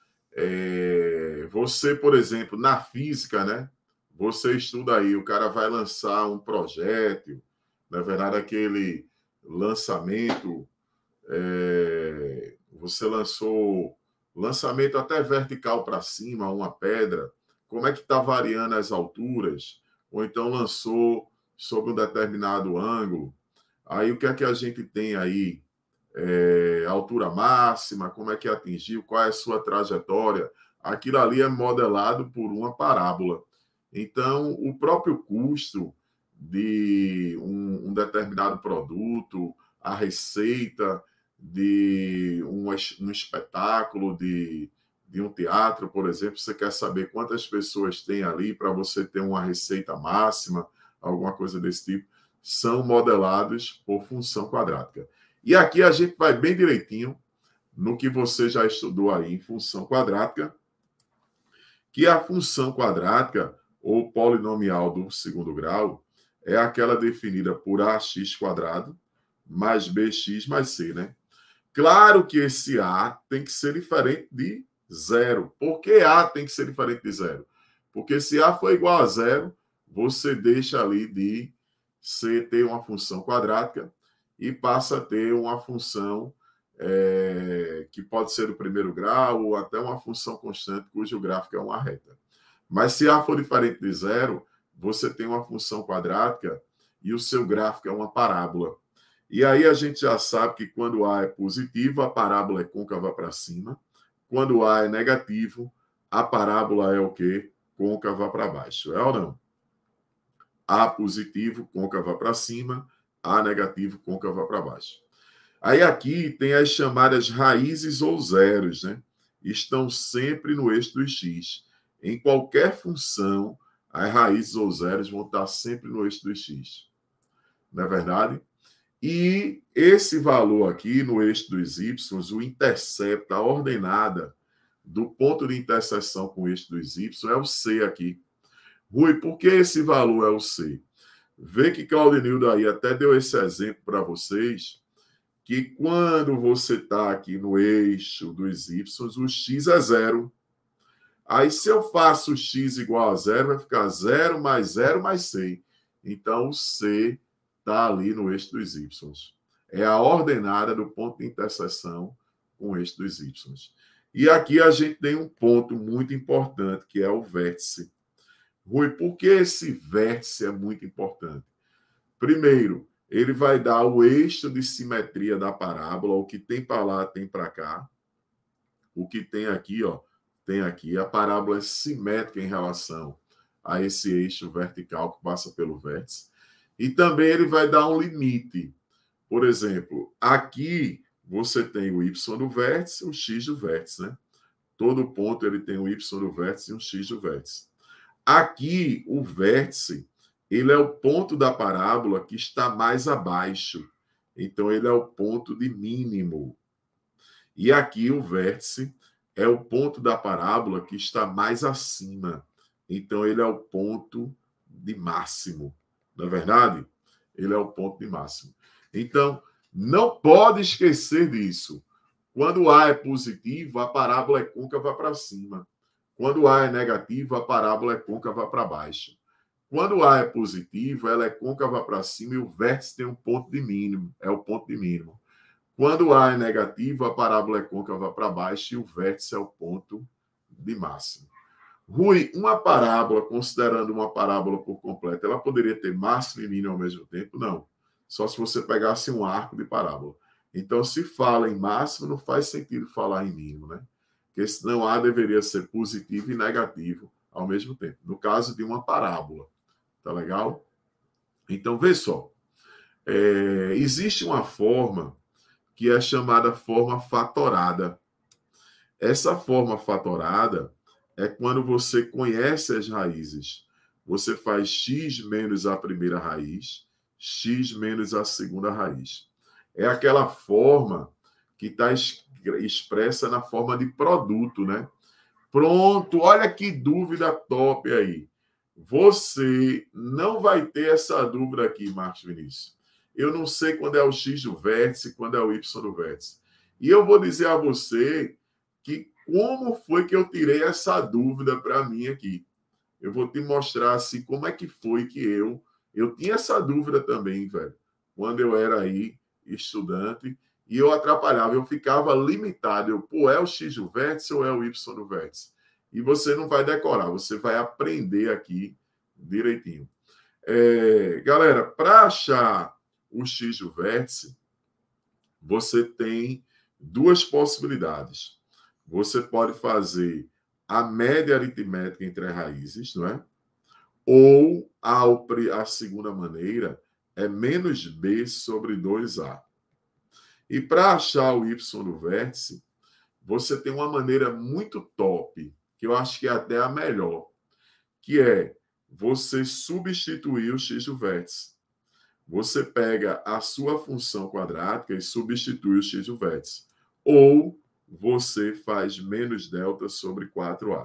Você, por exemplo, na física, né? Você estuda aí, o cara vai lançar um projétil, na verdade, aquele lançamento, você lançou lançamento até vertical para cima, uma pedra, como é que está variando as alturas? Ou então lançou sobre um determinado ângulo. Aí o que é que a gente tem aí? Altura máxima, como é que atingiu, qual é a sua trajetória? Aquilo ali é modelado por uma parábola. Então, o próprio custo de um determinado produto, a receita de um espetáculo, de um teatro, por exemplo, você quer saber quantas pessoas tem ali para você ter uma receita máxima, alguma coisa desse tipo, são modelados por função quadrática. E aqui a gente vai bem direitinho no que você já estudou aí em função quadrática, que a função quadrática, ou polinomial do segundo grau, é aquela definida por ax quadrado mais bx mais c, né? Claro que esse a tem que ser diferente de zero. Por que a tem que ser diferente de zero? Porque se a for igual a zero, você deixa ali de ter uma função quadrática e passa a ter uma função que pode ser do primeiro grau ou até uma função constante cujo gráfico é uma reta. Mas se a for diferente de zero, você tem uma função quadrática e o seu gráfico é uma parábola. E aí a gente já sabe que quando A é positivo, a parábola é côncava para cima. Quando A é negativo, a parábola é o quê? Côncava para baixo. É ou não? A positivo, côncava para cima. A negativo, côncava para baixo. Aí aqui tem as chamadas raízes ou zeros, né? Estão sempre no eixo do x. Em qualquer função, as raízes ou zeros vão estar sempre no eixo do x. Não é verdade? E esse valor aqui no eixo dos y, o intercepto, a ordenada do ponto de interseção com o eixo dos y é o c aqui. Rui, por que esse valor é o c? Vê que Claudinildo aí até deu esse exemplo para vocês, que quando você está aqui no eixo dos y, o x é zero. Aí, se eu faço x igual a zero, vai ficar 0 mais 0 mais c. Então, o c está ali no eixo dos y. É a ordenada do ponto de interseção com o eixo dos y. E aqui a gente tem um ponto muito importante, que é o vértice. Rui, por que esse vértice é muito importante? Primeiro, ele vai dar o eixo de simetria da parábola, o que tem para lá tem para cá. O que tem aqui, ó, tem aqui. A parábola é simétrica em relação a esse eixo vertical que passa pelo vértice. E também ele vai dar um limite. Por exemplo, aqui você tem o y do vértice, o x do vértice, né? Todo ponto ele tem o y do vértice e um x do vértice. Aqui, o vértice, ele é o ponto da parábola que está mais abaixo. Então, ele é o ponto de mínimo. E aqui, o vértice é o ponto da parábola que está mais acima. Então, ele é o ponto de máximo. Não é verdade? Ele é o ponto de máximo. Então, não pode esquecer disso. Quando A é positivo, a parábola é côncava para cima. Quando A é negativo, a parábola é côncava para baixo. Quando A é positivo, ela é côncava para cima e o vértice tem um ponto de mínimo. É o ponto de mínimo. Quando A é negativo, a parábola é côncava para baixo e o vértice é o ponto de máximo. Rui, uma parábola, considerando uma parábola por completo, ela poderia ter máximo e mínimo ao mesmo tempo? Não. Só se você pegasse um arco de parábola. Então, se fala em máximo, não faz sentido falar em mínimo, né? Porque senão A deveria ser positivo e negativo ao mesmo tempo. No caso de uma parábola. Tá legal? Então, vê só. Existe uma forma que é chamada forma fatorada. Essa forma fatorada é quando você conhece as raízes. Você faz x menos a primeira raiz, x menos a segunda raiz. É aquela forma que está expressa na forma de produto, né? Pronto, olha que dúvida top aí. Você não vai ter essa dúvida aqui, Marcos Vinícius. Eu não sei quando é o x do vértice, quando é o y do vértice. E eu vou dizer a você que como foi que eu tirei essa dúvida para mim aqui. Eu vou te mostrar assim como é que foi que eu tinha essa dúvida também, velho, quando eu era aí estudante e eu atrapalhava, eu ficava limitado, é o x do vértice ou é o y do vértice? E você não vai decorar, você vai aprender aqui direitinho. Galera, para achar o x do vértice, você tem duas possibilidades. Você pode fazer a média aritmética entre as raízes, não é? Ou a segunda maneira é menos b sobre 2a. E para achar o y do vértice, você tem uma maneira muito top, que eu acho que é até a melhor, que é você substituir o x do vértice. Você pega a sua função quadrática e substitui o x do vértice. Ou você faz menos delta sobre 4a.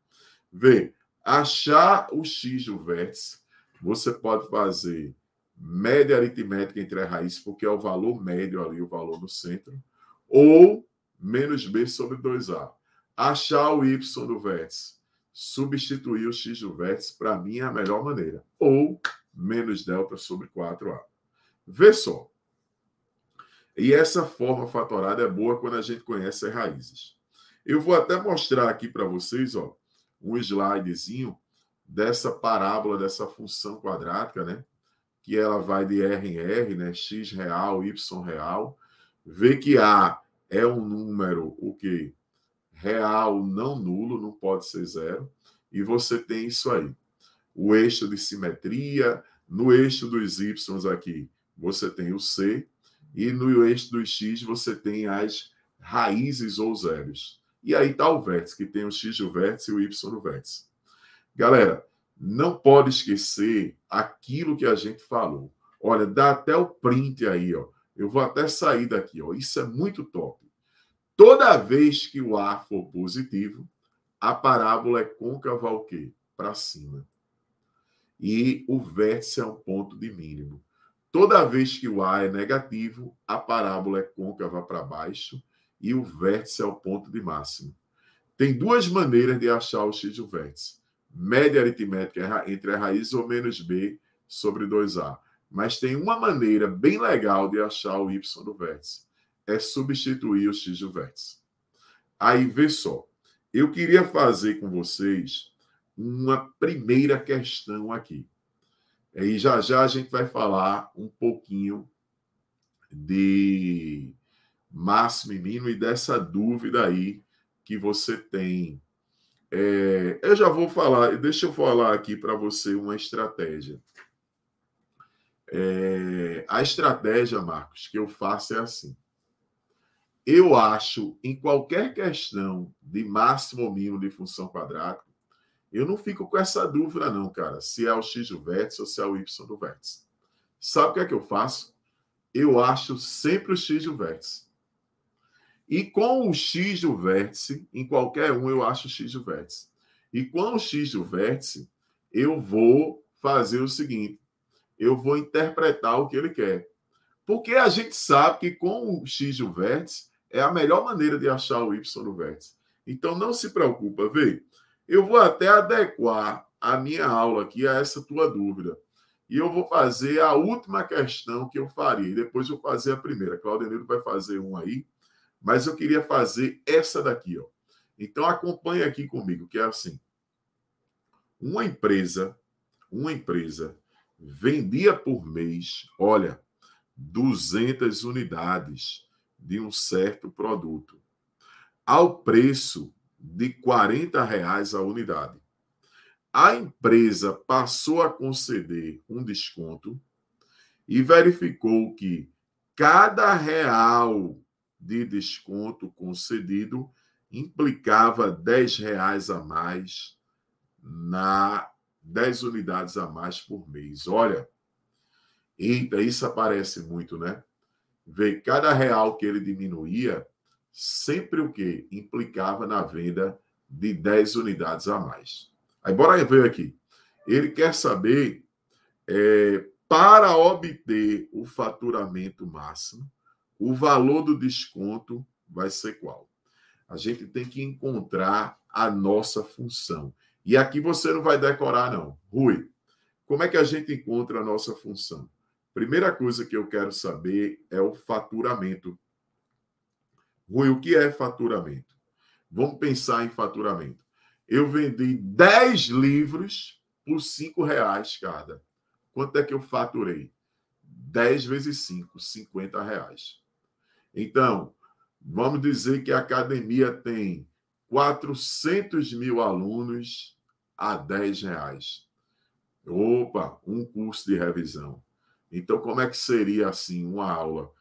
Vê, achar o x do vértice, você pode fazer média aritmética entre as raízes, porque é o valor médio ali, o valor no centro, ou menos b sobre 2a. Achar o y do vértice, substituir o x do vértice, para mim é a melhor maneira. Ou menos delta sobre 4a. Vê só. E essa forma fatorada é boa quando a gente conhece as raízes. Eu vou até mostrar aqui para vocês, ó, um slidezinho dessa parábola, dessa função quadrática, né? Que ela vai de R em R, né? X real, Y real. Vê que A é um número, o quê? Real não nulo, não pode ser zero. E você tem isso aí. O eixo de simetria, no eixo dos Y aqui, você tem o C. E no eixo dos X, você tem as raízes ou zeros. E aí está o vértice, que tem o x do vértice e o y do vértice. Galera, não pode esquecer aquilo que a gente falou. Olha, dá até o print aí, ó. Eu vou até sair daqui, ó. Isso é muito top. Toda vez que o A for positivo, a parábola é côncava ao quê? Para cima. E o vértice é um ponto de mínimo. Toda vez que o A é negativo, a parábola é côncava para baixo e o vértice é o ponto de máximo. Tem duas maneiras de achar o x do vértice. Média aritmética entre as raízes ou menos b sobre 2a. Mas tem uma maneira bem legal de achar o y do vértice. É substituir o x do vértice. Aí, vê só. Eu queria fazer com vocês uma primeira questão aqui. E já já a gente vai falar um pouquinho de máximo e mínimo e dessa dúvida aí que você tem. Eu já vou falar, deixa eu falar aqui para você uma estratégia. A estratégia, Marcos, que eu faço é assim. Eu acho, em qualquer questão de máximo ou mínimo de função quadrática, eu não fico com essa dúvida não, cara, se é o x do vértice ou se é o y do vértice. Sabe o que é que eu faço? Eu acho sempre o x do vértice. E com o x do vértice, em qualquer um, eu acho o x do vértice. E com o x do vértice, eu vou fazer o seguinte. Eu vou interpretar o que ele quer. Porque a gente sabe que com o x do vértice, é a melhor maneira de achar o y do vértice. Então, não se preocupa, vê. Eu vou até adequar a minha aula aqui a essa tua dúvida. E eu vou fazer a última questão que eu faria. E depois eu vou fazer a primeira. Claudenildo vai fazer um aí. Mas eu queria fazer essa daqui, ó. Então, acompanha aqui comigo, que é assim. Uma empresa vendia por mês, olha, 200 unidades de um certo produto, ao preço de R$ 40 a unidade. A empresa passou a conceder um desconto e verificou que cada real de desconto concedido implicava R$ 10 a mais 10 unidades a mais por mês. Olha, eita, isso aparece muito, né? Ver cada real que ele diminuía, sempre o quê? Implicava na venda de 10 unidades a mais. Aí, bora ver aqui. Ele quer saber, para obter o faturamento máximo, o valor do desconto vai ser qual? A gente tem que encontrar a nossa função. E aqui você não vai decorar, não. Rui, como é que a gente encontra a nossa função? Primeira coisa que eu quero saber é o faturamento. Rui, o que é faturamento? Vamos pensar em faturamento. Eu vendi 10 livros por R$ 5 cada. Quanto é que eu faturei? 10 vezes 5, R$ 50. Então, vamos dizer que a academia tem 400 mil alunos a R$ 10. Opa, um curso de revisão. Então, como é que seria assim uma aula?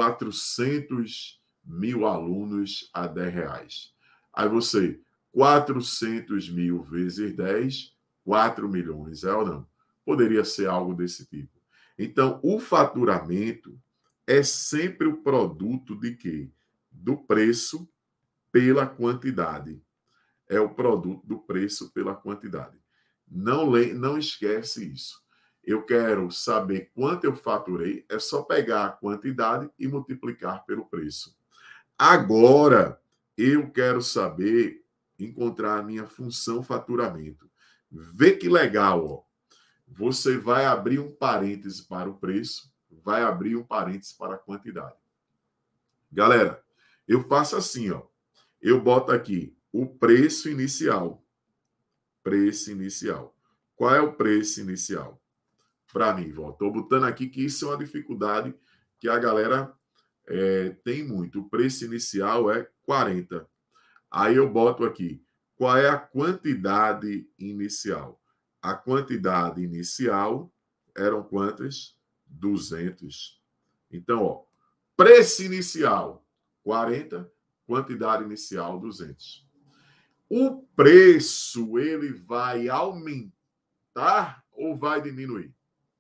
400 mil alunos a R$ 10. Aí você, 400 mil vezes 10, 4 milhões, é ou não? Poderia ser algo desse tipo. Então, o faturamento é sempre o produto de quê? Do preço pela quantidade. É o produto do preço pela quantidade. Não esquece isso. Eu quero saber quanto eu faturei, é só pegar a quantidade e multiplicar pelo preço. Agora, eu quero saber, encontrar a minha função faturamento. Vê que legal, ó. Você vai abrir um parêntese para o preço, vai abrir um parêntese para a quantidade. Galera, eu faço assim, ó. Eu boto aqui o preço inicial. Preço inicial. Qual é o preço inicial? Para mim, estou botando aqui que isso é uma dificuldade que a galera tem muito. O preço inicial é 40. Aí eu boto aqui, qual é a quantidade inicial? A quantidade inicial eram quantas? 200. Então, ó, preço inicial, 40, quantidade inicial, 200. O preço, ele vai aumentar ou vai diminuir?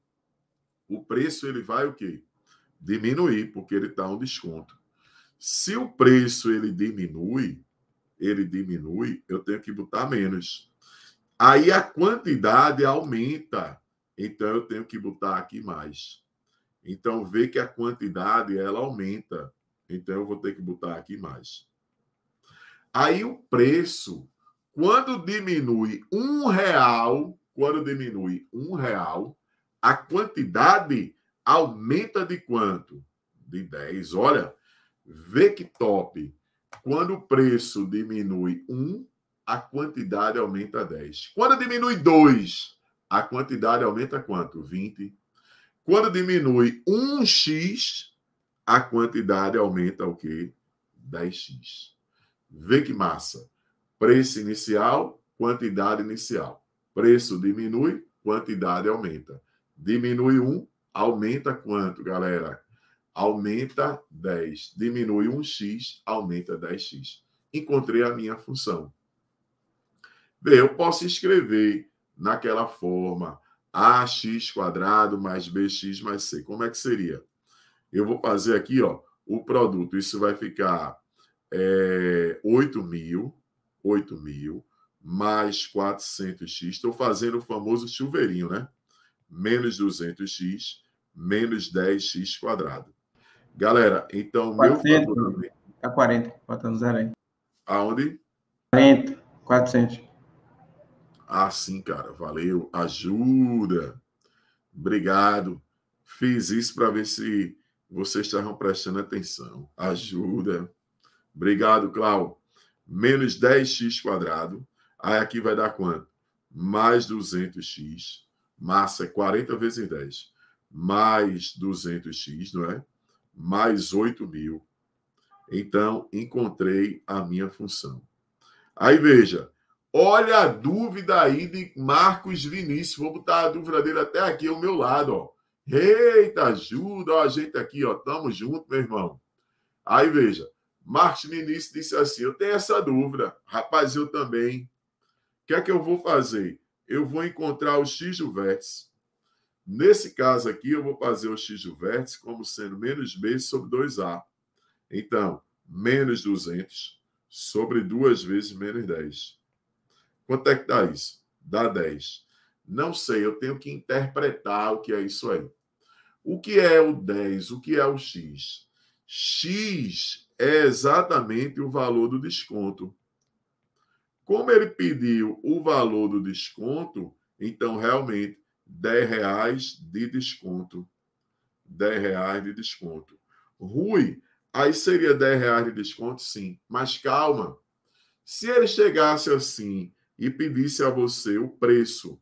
O preço, ele vai o quê? Diminuir, porque ele está um desconto. Se o preço, ele diminui, eu tenho que botar menos. Aí a quantidade aumenta, então eu tenho que botar aqui mais. Então, vê que a quantidade, ela aumenta, então eu vou ter que botar aqui mais. Aí o preço, quando diminui R$1, a quantidade aumenta de quanto? De 10. Olha, vê que top. Quando o preço diminui 1, a quantidade aumenta 10. Quando diminui 2, a quantidade aumenta quanto? 20. Quando diminui 1x, a quantidade aumenta o quê? 10x. Vê que massa. Preço inicial, quantidade inicial. Preço diminui, quantidade aumenta. Diminui 1, aumenta quanto, galera? Aumenta 10. Diminui 1x, aumenta 10x. Encontrei a minha função. Vê, eu posso escrever naquela forma ax² mais bx mais c. Como é que seria? Eu vou fazer aqui, ó, o produto. Isso vai ficar 8.000 mais 400x. Estou fazendo o famoso chuveirinho, né? Menos 200x, menos 10x². Galera, então, 400, meu faturamento... É 40, botando zero aí. Aonde? 40, 400. Ah, sim, cara. Valeu. Ajuda. Obrigado. Fiz isso para ver se vocês estavam prestando atenção. Ajuda. Obrigado, Cláudio. Menos 10x². Aí aqui vai dar quanto? mais 200x, massa é 40 vezes 10, mais 200x, não é? Mais 8.000. Então, encontrei a minha função. Aí, veja, olha a dúvida aí de Marcos Vinícius. Vou botar a dúvida dele até aqui ao meu lado, ó. Eita, ajuda, ó, a gente aqui, ó. Tamo junto, meu irmão. Aí, veja, Marcos Vinícius disse assim, eu tenho essa dúvida. Rapaz, eu também. O que é que eu vou fazer? Eu vou encontrar o x do vértice. Nesse caso aqui, eu vou fazer o x do vértice como sendo menos b sobre 2a. Então, menos 200 sobre 2 vezes menos 10. Quanto é que dá isso? Dá 10. Não sei, eu tenho que interpretar o que é isso aí. O que é o 10? O que é o x? X é exatamente o valor do desconto. Como ele pediu o valor do desconto, então, realmente, R$10 de desconto. R$10 de desconto. Rui, aí seria R$10 de desconto? Sim. Mas calma. Se ele chegasse assim e pedisse a você o preço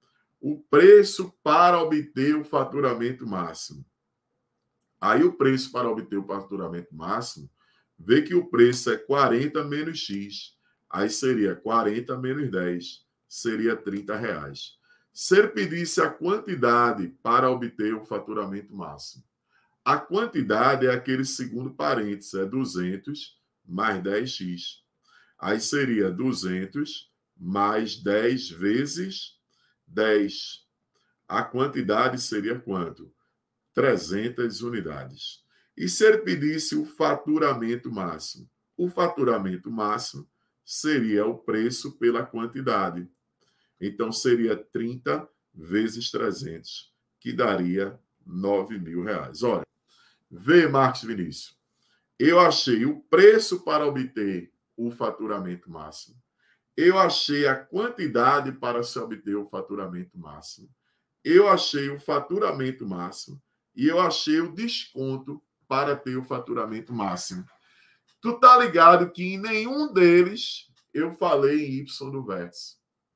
para obter o faturamento máximo. Aí o preço para obter o faturamento máximo, vê que o preço é 40 menos X. Aí seria 40 menos 10, seria R$30. Se ele pedisse a quantidade para obter o faturamento máximo, a quantidade é aquele segundo parênteses, é 200 mais 10x. Aí seria 200 mais 10 vezes 10. A quantidade seria quanto? 300 unidades. E se ele pedisse o faturamento máximo? O faturamento máximo seria o preço pela quantidade. Então, seria 30 vezes 300, que daria R$9.000. Olha, vê, Marcos Vinícius, eu achei o preço para obter o faturamento máximo. Eu achei a quantidade para se obter o faturamento máximo. Eu achei o faturamento máximo. E eu achei o desconto para ter o faturamento máximo. Tu tá ligado que em nenhum deles eu falei em Y do vértice.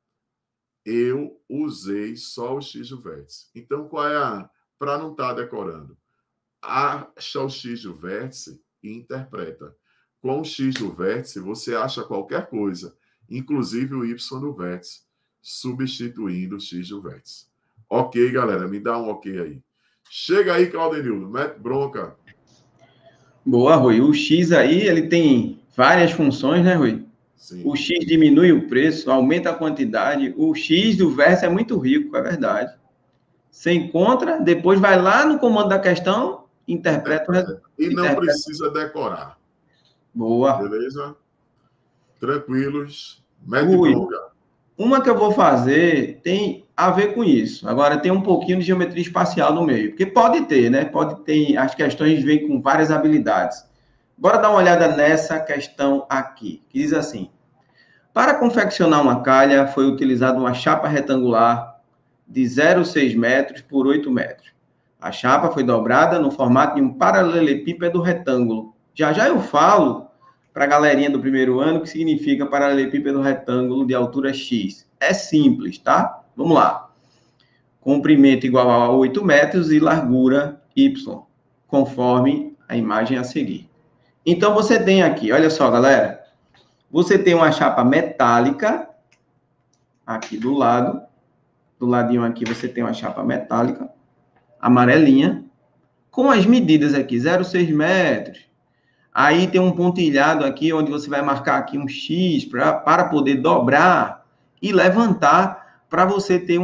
Eu usei só o X do vértice. Então, qual é a... Para não estar decorando. Acha o X do vértice e interpreta. Com o X do vértice, você acha qualquer coisa, inclusive o Y do vértice, substituindo o X do vértice. Ok, galera? Me dá um ok aí. Chega aí, Claudenildo. Mete bronca. Boa, Rui. O X aí, ele tem várias funções, né, Rui? Sim. O X diminui o preço, aumenta a quantidade. O X do verso é muito rico, é verdade. Você encontra, depois vai lá no comando da questão, interpreta o resultado. E não precisa decorar. Boa. Beleza? Tranquilos. Mete bronca. Uma que eu vou fazer tem a ver com isso. Agora, tem um pouquinho de geometria espacial no meio. Porque pode ter, né? Pode ter. As questões vêm com várias habilidades. Bora dar uma olhada nessa questão aqui, que diz assim: para confeccionar uma calha, foi utilizada uma chapa retangular de 0,6 metros por 8 metros. A chapa foi dobrada no formato de um paralelepípedo retângulo. Já já eu falo para a galerinha do primeiro ano o que significa paralelepípedo retângulo de altura X. É simples, tá? Vamos lá. Comprimento igual a 8 metros e largura Y, conforme a imagem a seguir. Então, você tem aqui, olha só, galera. Você tem uma chapa metálica, aqui do lado. Do ladinho aqui, você tem uma chapa metálica, amarelinha, com as medidas aqui, 0,6 metros. Aí tem um pontilhado aqui, onde você vai marcar aqui um X para poder dobrar e levantar, para você ter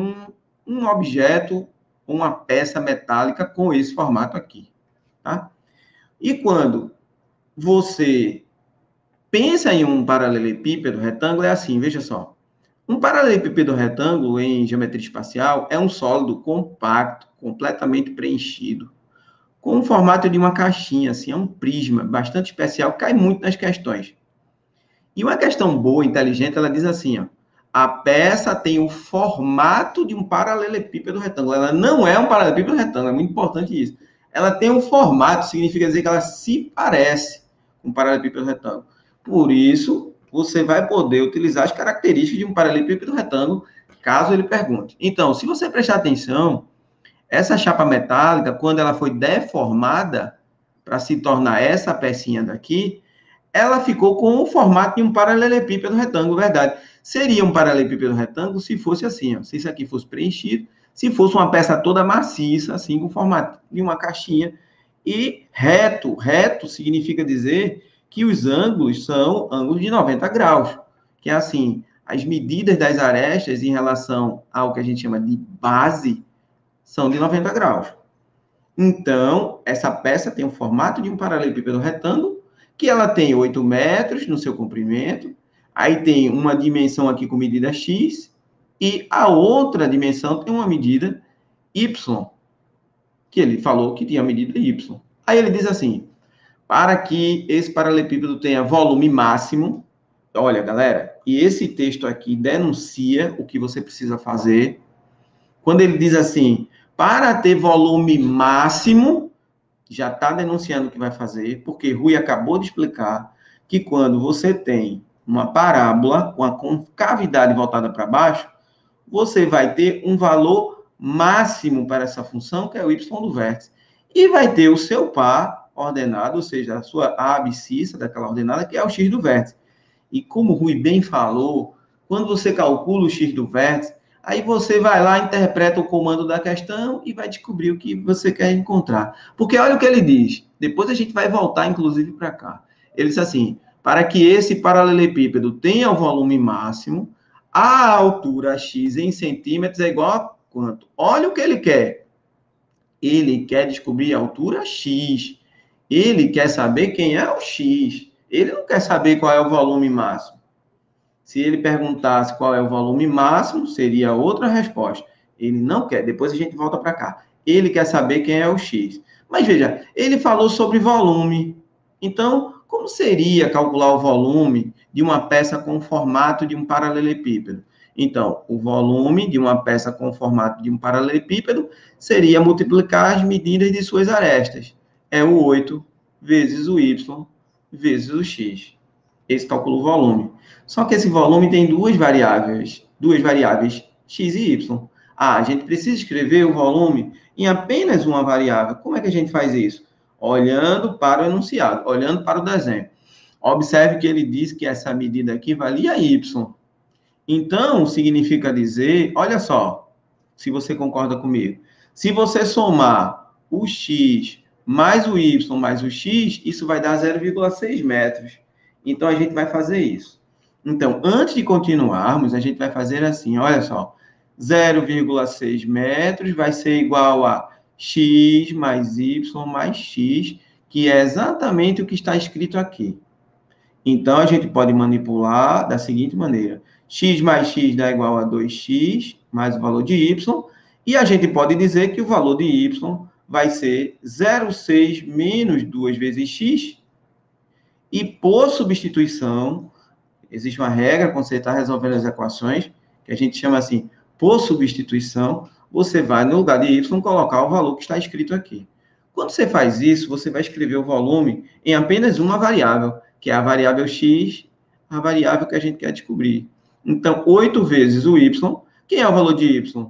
um objeto, uma peça metálica com esse formato aqui, tá? E quando você pensa em um paralelepípedo retângulo, é assim, veja só. Um paralelepípedo retângulo em geometria espacial é um sólido compacto, completamente preenchido, com o formato de uma caixinha, assim, é um prisma bastante especial, cai muito nas questões. E uma questão boa, inteligente, ela diz assim, ó, a peça tem o formato de um paralelepípedo retângulo. Ela não é um paralelepípedo retângulo, é muito importante isso. Ela tem um formato, significa dizer que ela se parece com um paralelepípedo retângulo. Por isso, você vai poder utilizar as características de um paralelepípedo retângulo, caso ele pergunte. Então, se você prestar atenção, essa chapa metálica, quando ela foi deformada para se tornar essa pecinha daqui, ela ficou com o formato de um paralelepípedo retângulo, verdade. Seria um paralelepípedo retângulo se fosse assim, ó, se isso aqui fosse preenchido, se fosse uma peça toda maciça, assim, com o formato de uma caixinha, e reto. Reto significa dizer que os ângulos são ângulos de 90 graus, que é assim, as medidas das arestas em relação ao que a gente chama de base são de 90 graus. Então, essa peça tem o formato de um paralelepípedo retângulo, que ela tem 8 metros no seu comprimento, aí tem uma dimensão aqui com medida X, e a outra dimensão tem uma medida Y, que ele falou que tinha medida Y. Aí ele diz assim, para que esse paralelepípedo tenha volume máximo, olha, galera, e esse texto aqui denuncia o que você precisa fazer. Quando ele diz assim, para ter volume máximo, já está denunciando o que vai fazer, porque Rui acabou de explicar que quando você tem uma parábola com a concavidade voltada para baixo, você vai ter um valor máximo para essa função, que é o y do vértice, e vai ter o seu par ordenado, ou seja, a sua abscissa daquela ordenada, que é o x do vértice. E como o Rui bem falou, quando você calcula o x do vértice, aí você vai lá, interpreta o comando da questão e vai descobrir o que você quer encontrar. Porque olha o que ele diz. Depois a gente vai voltar, inclusive, para cá. Ele diz assim, para que esse paralelepípedo tenha o volume máximo, a altura x em centímetros é igual a quanto? Olha o que ele quer. Ele quer descobrir a altura x. Ele quer saber quem é o x. Ele não quer saber qual é o volume máximo. Se ele perguntasse qual é o volume máximo, seria outra resposta. Ele não quer. Depois a gente volta para cá. Ele quer saber quem é o x. Mas veja, ele falou sobre volume. Então, como seria calcular o volume de uma peça com o formato de um paralelepípedo? Então, o volume de uma peça com o formato de um paralelepípedo seria multiplicar as medidas de suas arestas. É o 8 vezes o y vezes o x. Esse calcula o volume. Só que esse volume tem duas variáveis, x e y. Ah, a gente precisa escrever o volume em apenas uma variável. Como é que a gente faz isso? Olhando para o enunciado, olhando para o desenho. Observe que ele diz que essa medida aqui valia y. Então, significa dizer, olha só, se você concorda comigo, se você somar o x mais o y mais o x, isso vai dar 0,6 metros. Então, a gente vai fazer isso. Então, antes de continuarmos, a gente vai fazer assim, olha só, 0,6 metros vai ser igual a x mais y mais x, que é exatamente o que está escrito aqui. Então, a gente pode manipular da seguinte maneira. X mais x dá igual a 2x, mais o valor de y, e a gente pode dizer que o valor de y vai ser 0,6 menos 2 vezes x, e por substituição, existe uma regra quando você está resolvendo as equações, que a gente chama assim, por substituição, você vai, no lugar de y, colocar o valor que está escrito aqui. Quando você faz isso, você vai escrever o volume em apenas uma variável, que é a variável x, a variável que a gente quer descobrir. Então, 8 vezes o y, quem é o valor de y?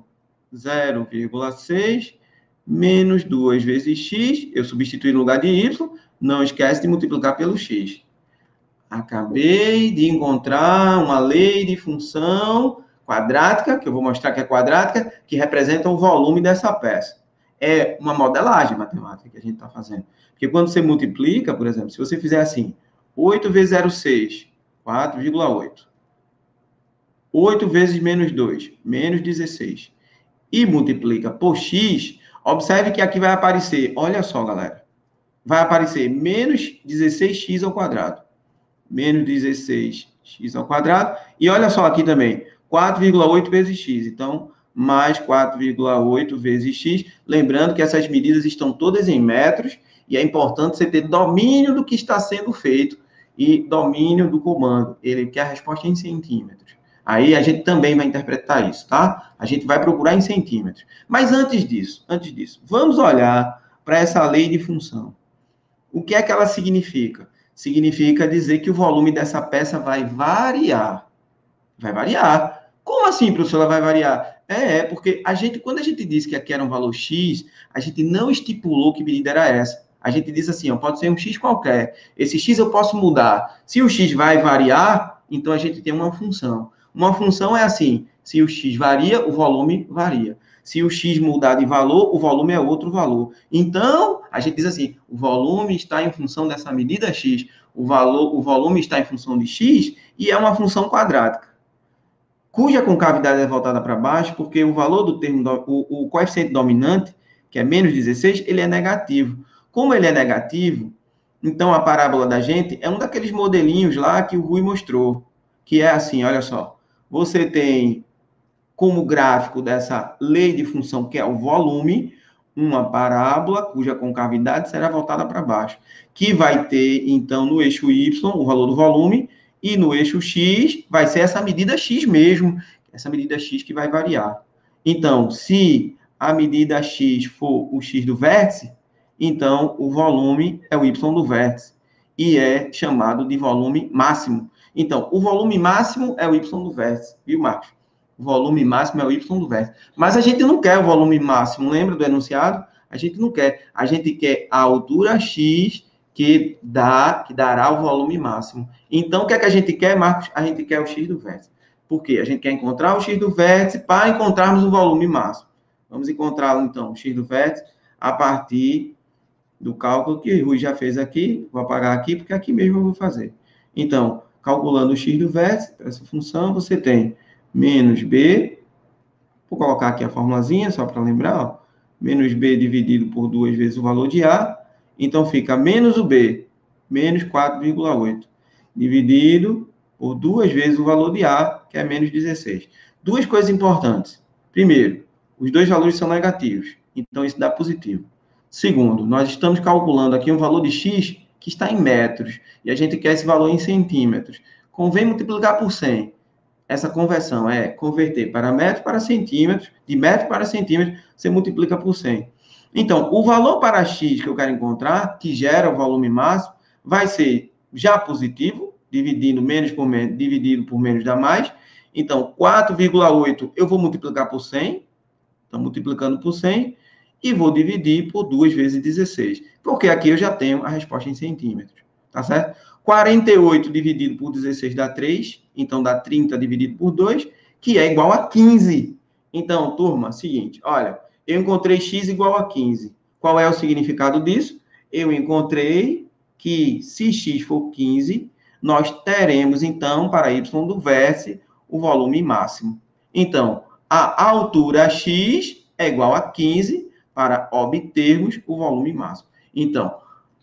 0,6 menos 2 vezes x, eu substituí no lugar de y, não esquece de multiplicar pelo x. Acabei de encontrar uma lei de função quadrática, que eu vou mostrar que é quadrática, que representa o volume dessa peça. É uma modelagem matemática que a gente está fazendo. Porque quando você multiplica, por exemplo, se você fizer assim, 8 vezes 0,6, 4,8. 8 vezes menos 2, menos 16. E multiplica por x, observe que aqui vai aparecer, olha só, galera, vai aparecer menos 16x ao quadrado. Menos 16x ao quadrado. E olha só aqui também, 4,8 vezes x. Então, mais 4,8 vezes x. Lembrando que essas medidas estão todas em metros e é importante você ter domínio do que está sendo feito e domínio do comando. Ele quer a resposta em centímetros. Aí a gente também vai interpretar isso, tá? A gente vai procurar em centímetros. Mas antes disso, vamos olhar para essa lei de função. O que é que ela significa? significa dizer que o volume dessa peça vai variar. Vai variar. Como assim, professor, ela vai variar? Porque quando a gente disse que aqui era um valor X, a gente não estipulou que medida era essa. A gente diz assim, ó, pode ser um X qualquer. Esse X eu posso mudar. Se o X vai variar, então a gente tem uma função. Uma função é assim, se o X varia, o volume varia. Se o X mudar de valor, o volume é outro valor. Então, a gente diz assim, o volume está em função dessa medida X. O volume está em função de X e é uma função quadrática cuja concavidade é voltada para baixo, porque o valor do termo, o coeficiente dominante, que é menos 16, ele é negativo. Como ele é negativo, então a parábola da gente é um daqueles modelinhos lá que o Rui mostrou, que é assim, olha só, você tem como gráfico dessa lei de função, que é o volume, uma parábola cuja concavidade será voltada para baixo, que vai ter, então, no eixo Y, o valor do volume, e no eixo X vai ser essa medida X mesmo, essa medida X que vai variar. Então, se a medida X for o X do vértice, então o volume é o Y do vértice, e é chamado de volume máximo. Então, o volume máximo é o Y do vértice, viu, Marcos? O volume máximo é o Y do vértice. Mas a gente não quer o volume máximo, lembra do enunciado? A gente não quer. A gente quer a altura X que dará o volume máximo. Então, o que é que a gente quer, Marcos? A gente quer o X do vértice. Por quê? A gente quer encontrar o X do vértice para encontrarmos o volume máximo. Vamos encontrá-lo, então, o X do vértice, a partir do cálculo que o Rui já fez aqui. Vou apagar aqui, porque aqui mesmo eu vou fazer. Então, calculando o X do vértice, essa função, você tem menos B, vou colocar aqui a formulazinha, só para lembrar, ó, menos B dividido por 2 vezes o valor de A, então fica menos o B, menos 4,8, dividido por 2 vezes o valor de A, que é menos 16. Duas coisas importantes. Primeiro, os dois valores são negativos, então isso dá positivo. Segundo, nós estamos calculando aqui um valor de X que está em metros, e a gente quer esse valor em centímetros. Convém multiplicar por 100. Essa conversão é converter para metro para centímetros, de metro para centímetro, você multiplica por 100. Então, o valor para x que eu quero encontrar, que gera o volume máximo, vai ser já positivo, dividindo menos por menos, dividido por menos dá mais. Então, 4,8 eu vou multiplicar por 100, então multiplicando por 100, e vou dividir por 2 vezes 16, porque aqui eu já tenho a resposta em centímetros, tá certo? 48 dividido por 16 dá 3, então dá 30 dividido por 2, que é igual a 15. Então, turma, seguinte, olha, eu encontrei x igual a 15. Qual é o significado disso? Eu encontrei que se x for 15, nós teremos, então, para y do vértice, o volume máximo. Então, a altura x é igual a 15 para obtermos o volume máximo. Então,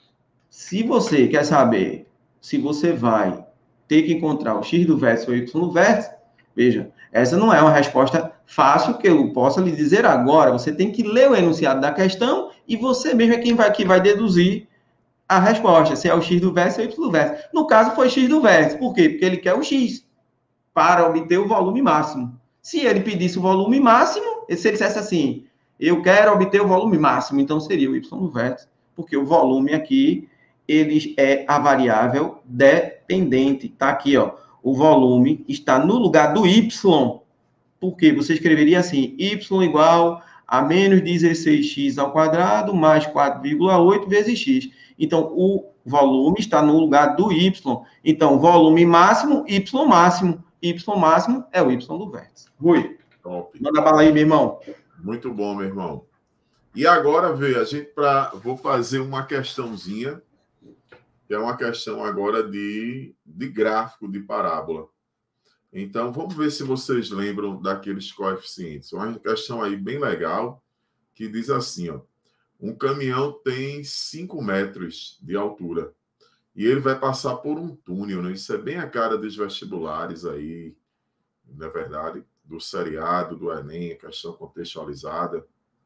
se você quer saber se você vai ter que encontrar o x do vértice ou o y do vértice, veja, essa não é uma resposta fácil que eu possa lhe dizer agora. Você tem que ler o enunciado da questão e você mesmo é quem vai deduzir a resposta, se é o x do vértice ou o y do vértice. No caso, foi x do vértice. Por quê? Porque ele quer o x para obter o volume máximo. Se ele pedisse o volume máximo, se ele dissesse assim, eu quero obter o volume máximo, então seria o y do vértice, porque o volume aqui ele é a variável dependente. Está aqui, ó. O volume está no lugar do y, porque você escreveria assim, y igual a menos 16x ao quadrado mais 4,8 vezes x. Então, o volume está no lugar do y. Então, volume máximo, y máximo. Y máximo é o y do vértice. Rui, top. Manda bala aí, meu irmão. Muito bom, meu irmão. E agora, vê, vou fazer uma questãozinha, que é uma questão agora de gráfico de parábola. Então, vamos ver se vocês lembram daqueles coeficientes. Uma questão aí bem legal, que diz assim, ó, um caminhão tem 5 metros de altura e ele vai passar por um túnel, né? Isso é bem a cara dos vestibulares aí, na verdade, do seriado, do Enem, questão contextualizada.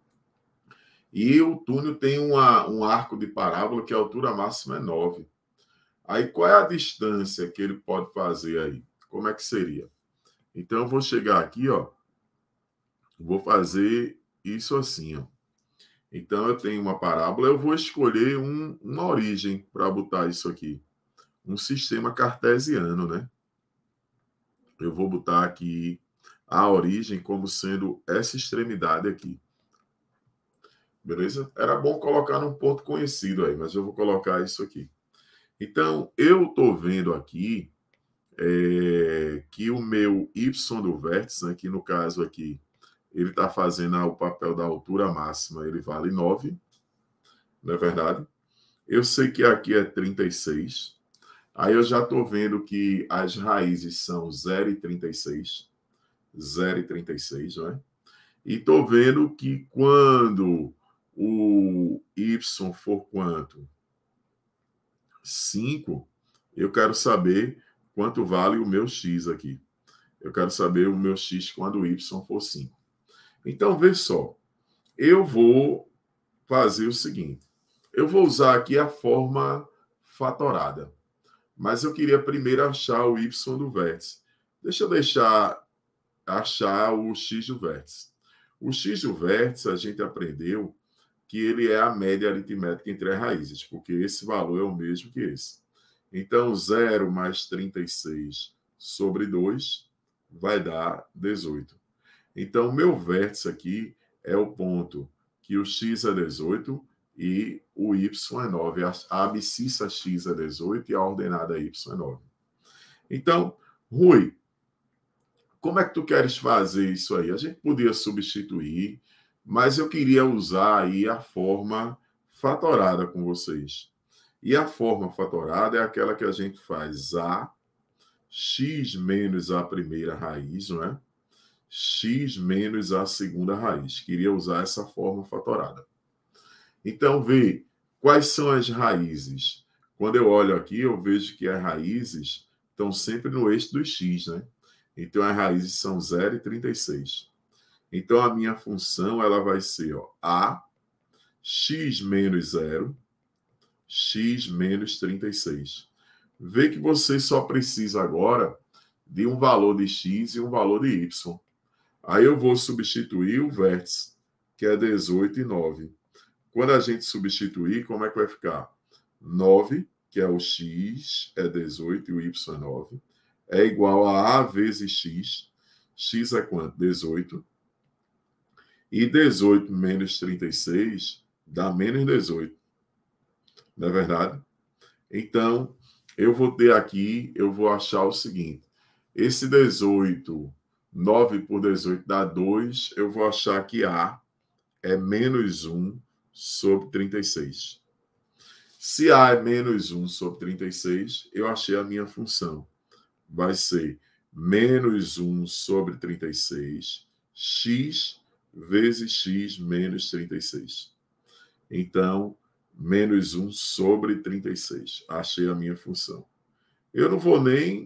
E o túnel tem um arco de parábola que a altura máxima é 9. Aí, qual é a distância que ele pode fazer aí? Como é que seria? Então, eu vou chegar aqui, ó. Vou fazer isso assim, ó. Então, eu tenho uma parábola. Eu vou escolher uma origem para botar isso aqui. um sistema cartesiano, né? Eu vou botar aqui a origem como sendo essa extremidade aqui. Beleza? Era bom colocar num ponto conhecido aí, mas eu vou colocar isso aqui. Então, eu estou vendo aqui que o meu y do vértice, né, que no caso aqui, ele está fazendo o papel da altura máxima, ele vale 9, não é verdade? Eu sei que aqui é 36. Aí eu já estou vendo que as raízes são 0,36. 0,36, não é? E estou vendo que quando o y for quanto? 5, eu quero saber quanto vale o meu x aqui. Eu quero saber o meu x quando o y for 5. Então, vê só. Eu vou fazer o seguinte. Eu vou usar aqui a forma fatorada. Mas eu queria primeiro achar o y do vértice. Deixa eu achar o x do vértice. O x do vértice, a gente aprendeu que ele é a média aritmética entre as raízes, porque esse valor é o mesmo que esse. Então, 0 mais 36 sobre 2 vai dar 18. Então, o meu vértice aqui é o ponto que o x é 18 e o y é 9. A abscissa x é 18 e a ordenada y é 9. Então, Rui, como é que tu queres fazer isso aí? A gente podia substituir, mas eu queria usar aí a forma fatorada com vocês. E a forma fatorada é aquela que a gente faz a x menos a primeira raiz, não é? X menos a segunda raiz. Queria usar essa forma fatorada. Então, vê quais são as raízes. Quando eu olho aqui, eu vejo que as raízes estão sempre no eixo do x, né? Então, as raízes são 0 e 36. Então, a minha função ela vai ser a x menos 0, x menos 36. Vê que você só precisa agora de um valor de x e um valor de y. Aí eu vou substituir o vértice, que é 18 e 9. Quando a gente substituir, como é que vai ficar? 9, que é o x, é 18 e o y é 9. É igual a vezes x. X é quanto? 18. E 18 menos 36 dá menos 18. Não é verdade? Então, eu vou ter aqui, eu vou achar o seguinte. Esse 18, 9 por 18 dá 2. Eu vou achar que A é menos 1 sobre 36. Se A é menos 1 sobre 36, eu achei a minha função. Vai ser menos 1 sobre 36, x vezes x menos 36. Então, menos 1 sobre 36. Achei a minha função. Eu não vou nem...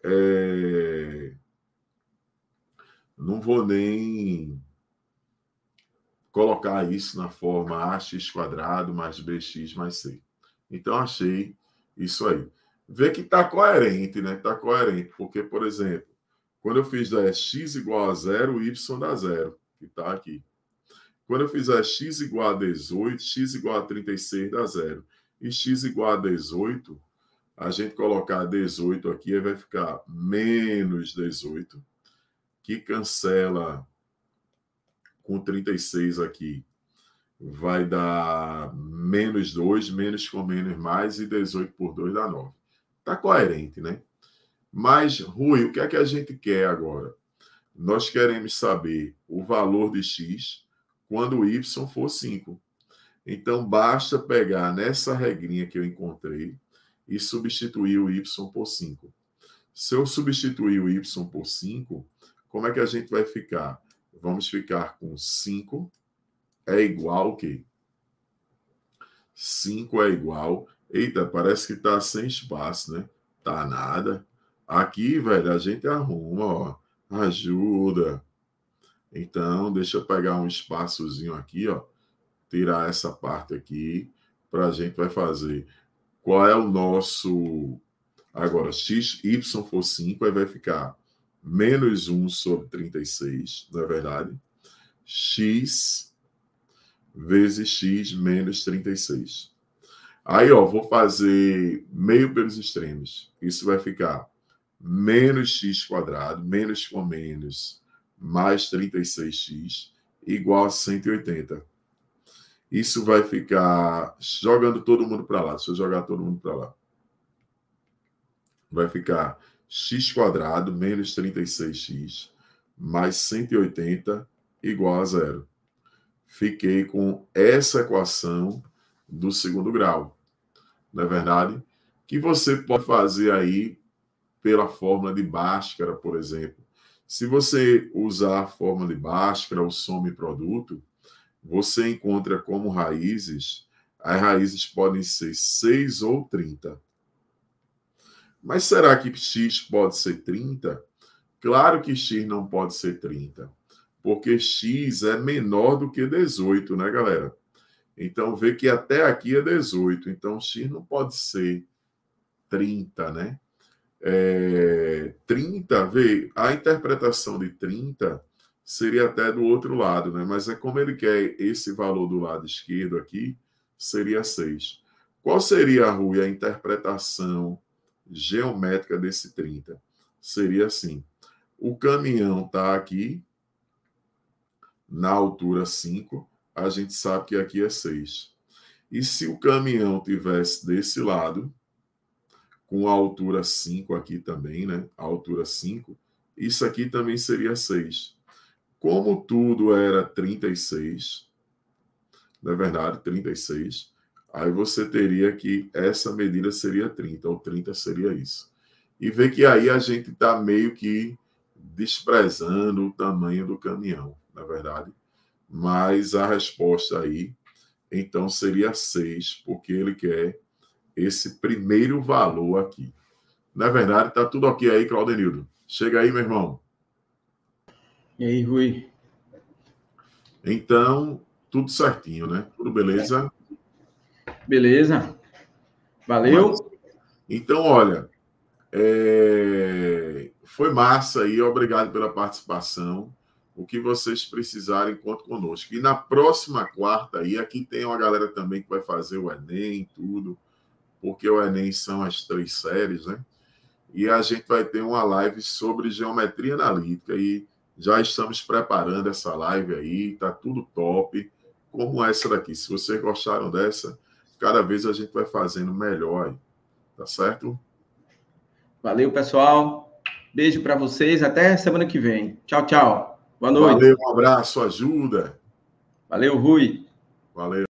não vou nem colocar isso na forma ax quadrado mais bx mais c. Então, achei isso aí. Vê que está coerente, né? Está coerente, porque, por exemplo, quando eu fizer x igual a 0, o y dá 0, que está aqui. Quando eu fizer x igual a 18, x igual a 36 dá 0. E x igual a 18, a gente colocar 18 aqui, vai ficar menos 18, que cancela com 36 aqui. Vai dar menos 2, menos com menos mais, e 18 por 2 dá 9. Está coerente, né? Mas, Rui, o que é que a gente quer agora? Nós queremos saber o valor de x quando o y for 5. Então, basta pegar nessa regrinha que eu encontrei e substituir o y por 5. Se eu substituir o y por 5, como é que a gente vai ficar? Vamos ficar com 5 é igual ao quê? 5 é igual... Eita, parece que está sem espaço, né? Tá nada. Aqui, velho, a gente arruma, ó. Ajuda. Então, deixa eu pegar um espaçozinho aqui, ó. Tirar essa parte aqui. Para a gente vai fazer. Qual é o nosso... Agora, x, y for 5, aí vai ficar menos 1 sobre 36, não é verdade? X vezes x menos 36. Aí, ó, vou fazer meio pelos extremos. Isso vai ficar menos x quadrado, menos com menos, mais 36x, igual a 180. Isso vai ficar jogando todo mundo para lá. Deixa eu jogar todo mundo para lá. Vai ficar x quadrado menos 36x mais 180 igual a zero. Fiquei com essa equação do segundo grau. Não é verdade? Que você pode fazer aí pela fórmula de Bhaskara, por exemplo. Se você usar a fórmula de Bhaskara, o soma e produto, você encontra como raízes, as raízes podem ser 6 ou 30. Mas será que x pode ser 30? Claro que x não pode ser 30, porque x é menor do que 18, né, galera? Então, vê que até aqui é 18, então x não pode ser 30, né? 30, vê, a interpretação de 30 seria até do outro lado, né? Mas é como ele quer esse valor do lado esquerdo aqui, seria 6. Qual seria, Rui, a interpretação geométrica desse 30? Seria assim: o caminhão está aqui, na altura 5, a gente sabe que aqui é 6. E se o caminhão tivesse desse lado, com a altura 5 aqui também, né? A altura 5, isso aqui também seria 6. Como tudo era 36, não é verdade? 36. Aí você teria que essa medida seria 30, ou 30 seria isso. E vê que aí a gente está meio que desprezando o tamanho do caminhão, na verdade. Mas a resposta aí, então, seria 6, porque ele quer esse primeiro valor aqui. Na verdade, está tudo ok aí, Claudenildo. Chega aí, meu irmão. E aí, Rui? Então, tudo certinho, né? Tudo beleza? Beleza. Valeu. Então, olha, foi massa aí, obrigado pela participação. O que vocês precisarem, conte conosco. E na próxima quarta aí, aqui tem uma galera também que vai fazer o Enem, tudo, porque o Enem são as 3 séries, né? E a gente vai ter uma live sobre geometria analítica e já estamos preparando essa live aí, tá tudo top, como essa daqui. Se vocês gostaram dessa, cada vez a gente vai fazendo melhor aí, tá certo? Valeu, pessoal. Beijo para vocês. Até semana que vem. Tchau, tchau. Boa noite. Valeu, um abraço, ajuda. Valeu, Rui. Valeu.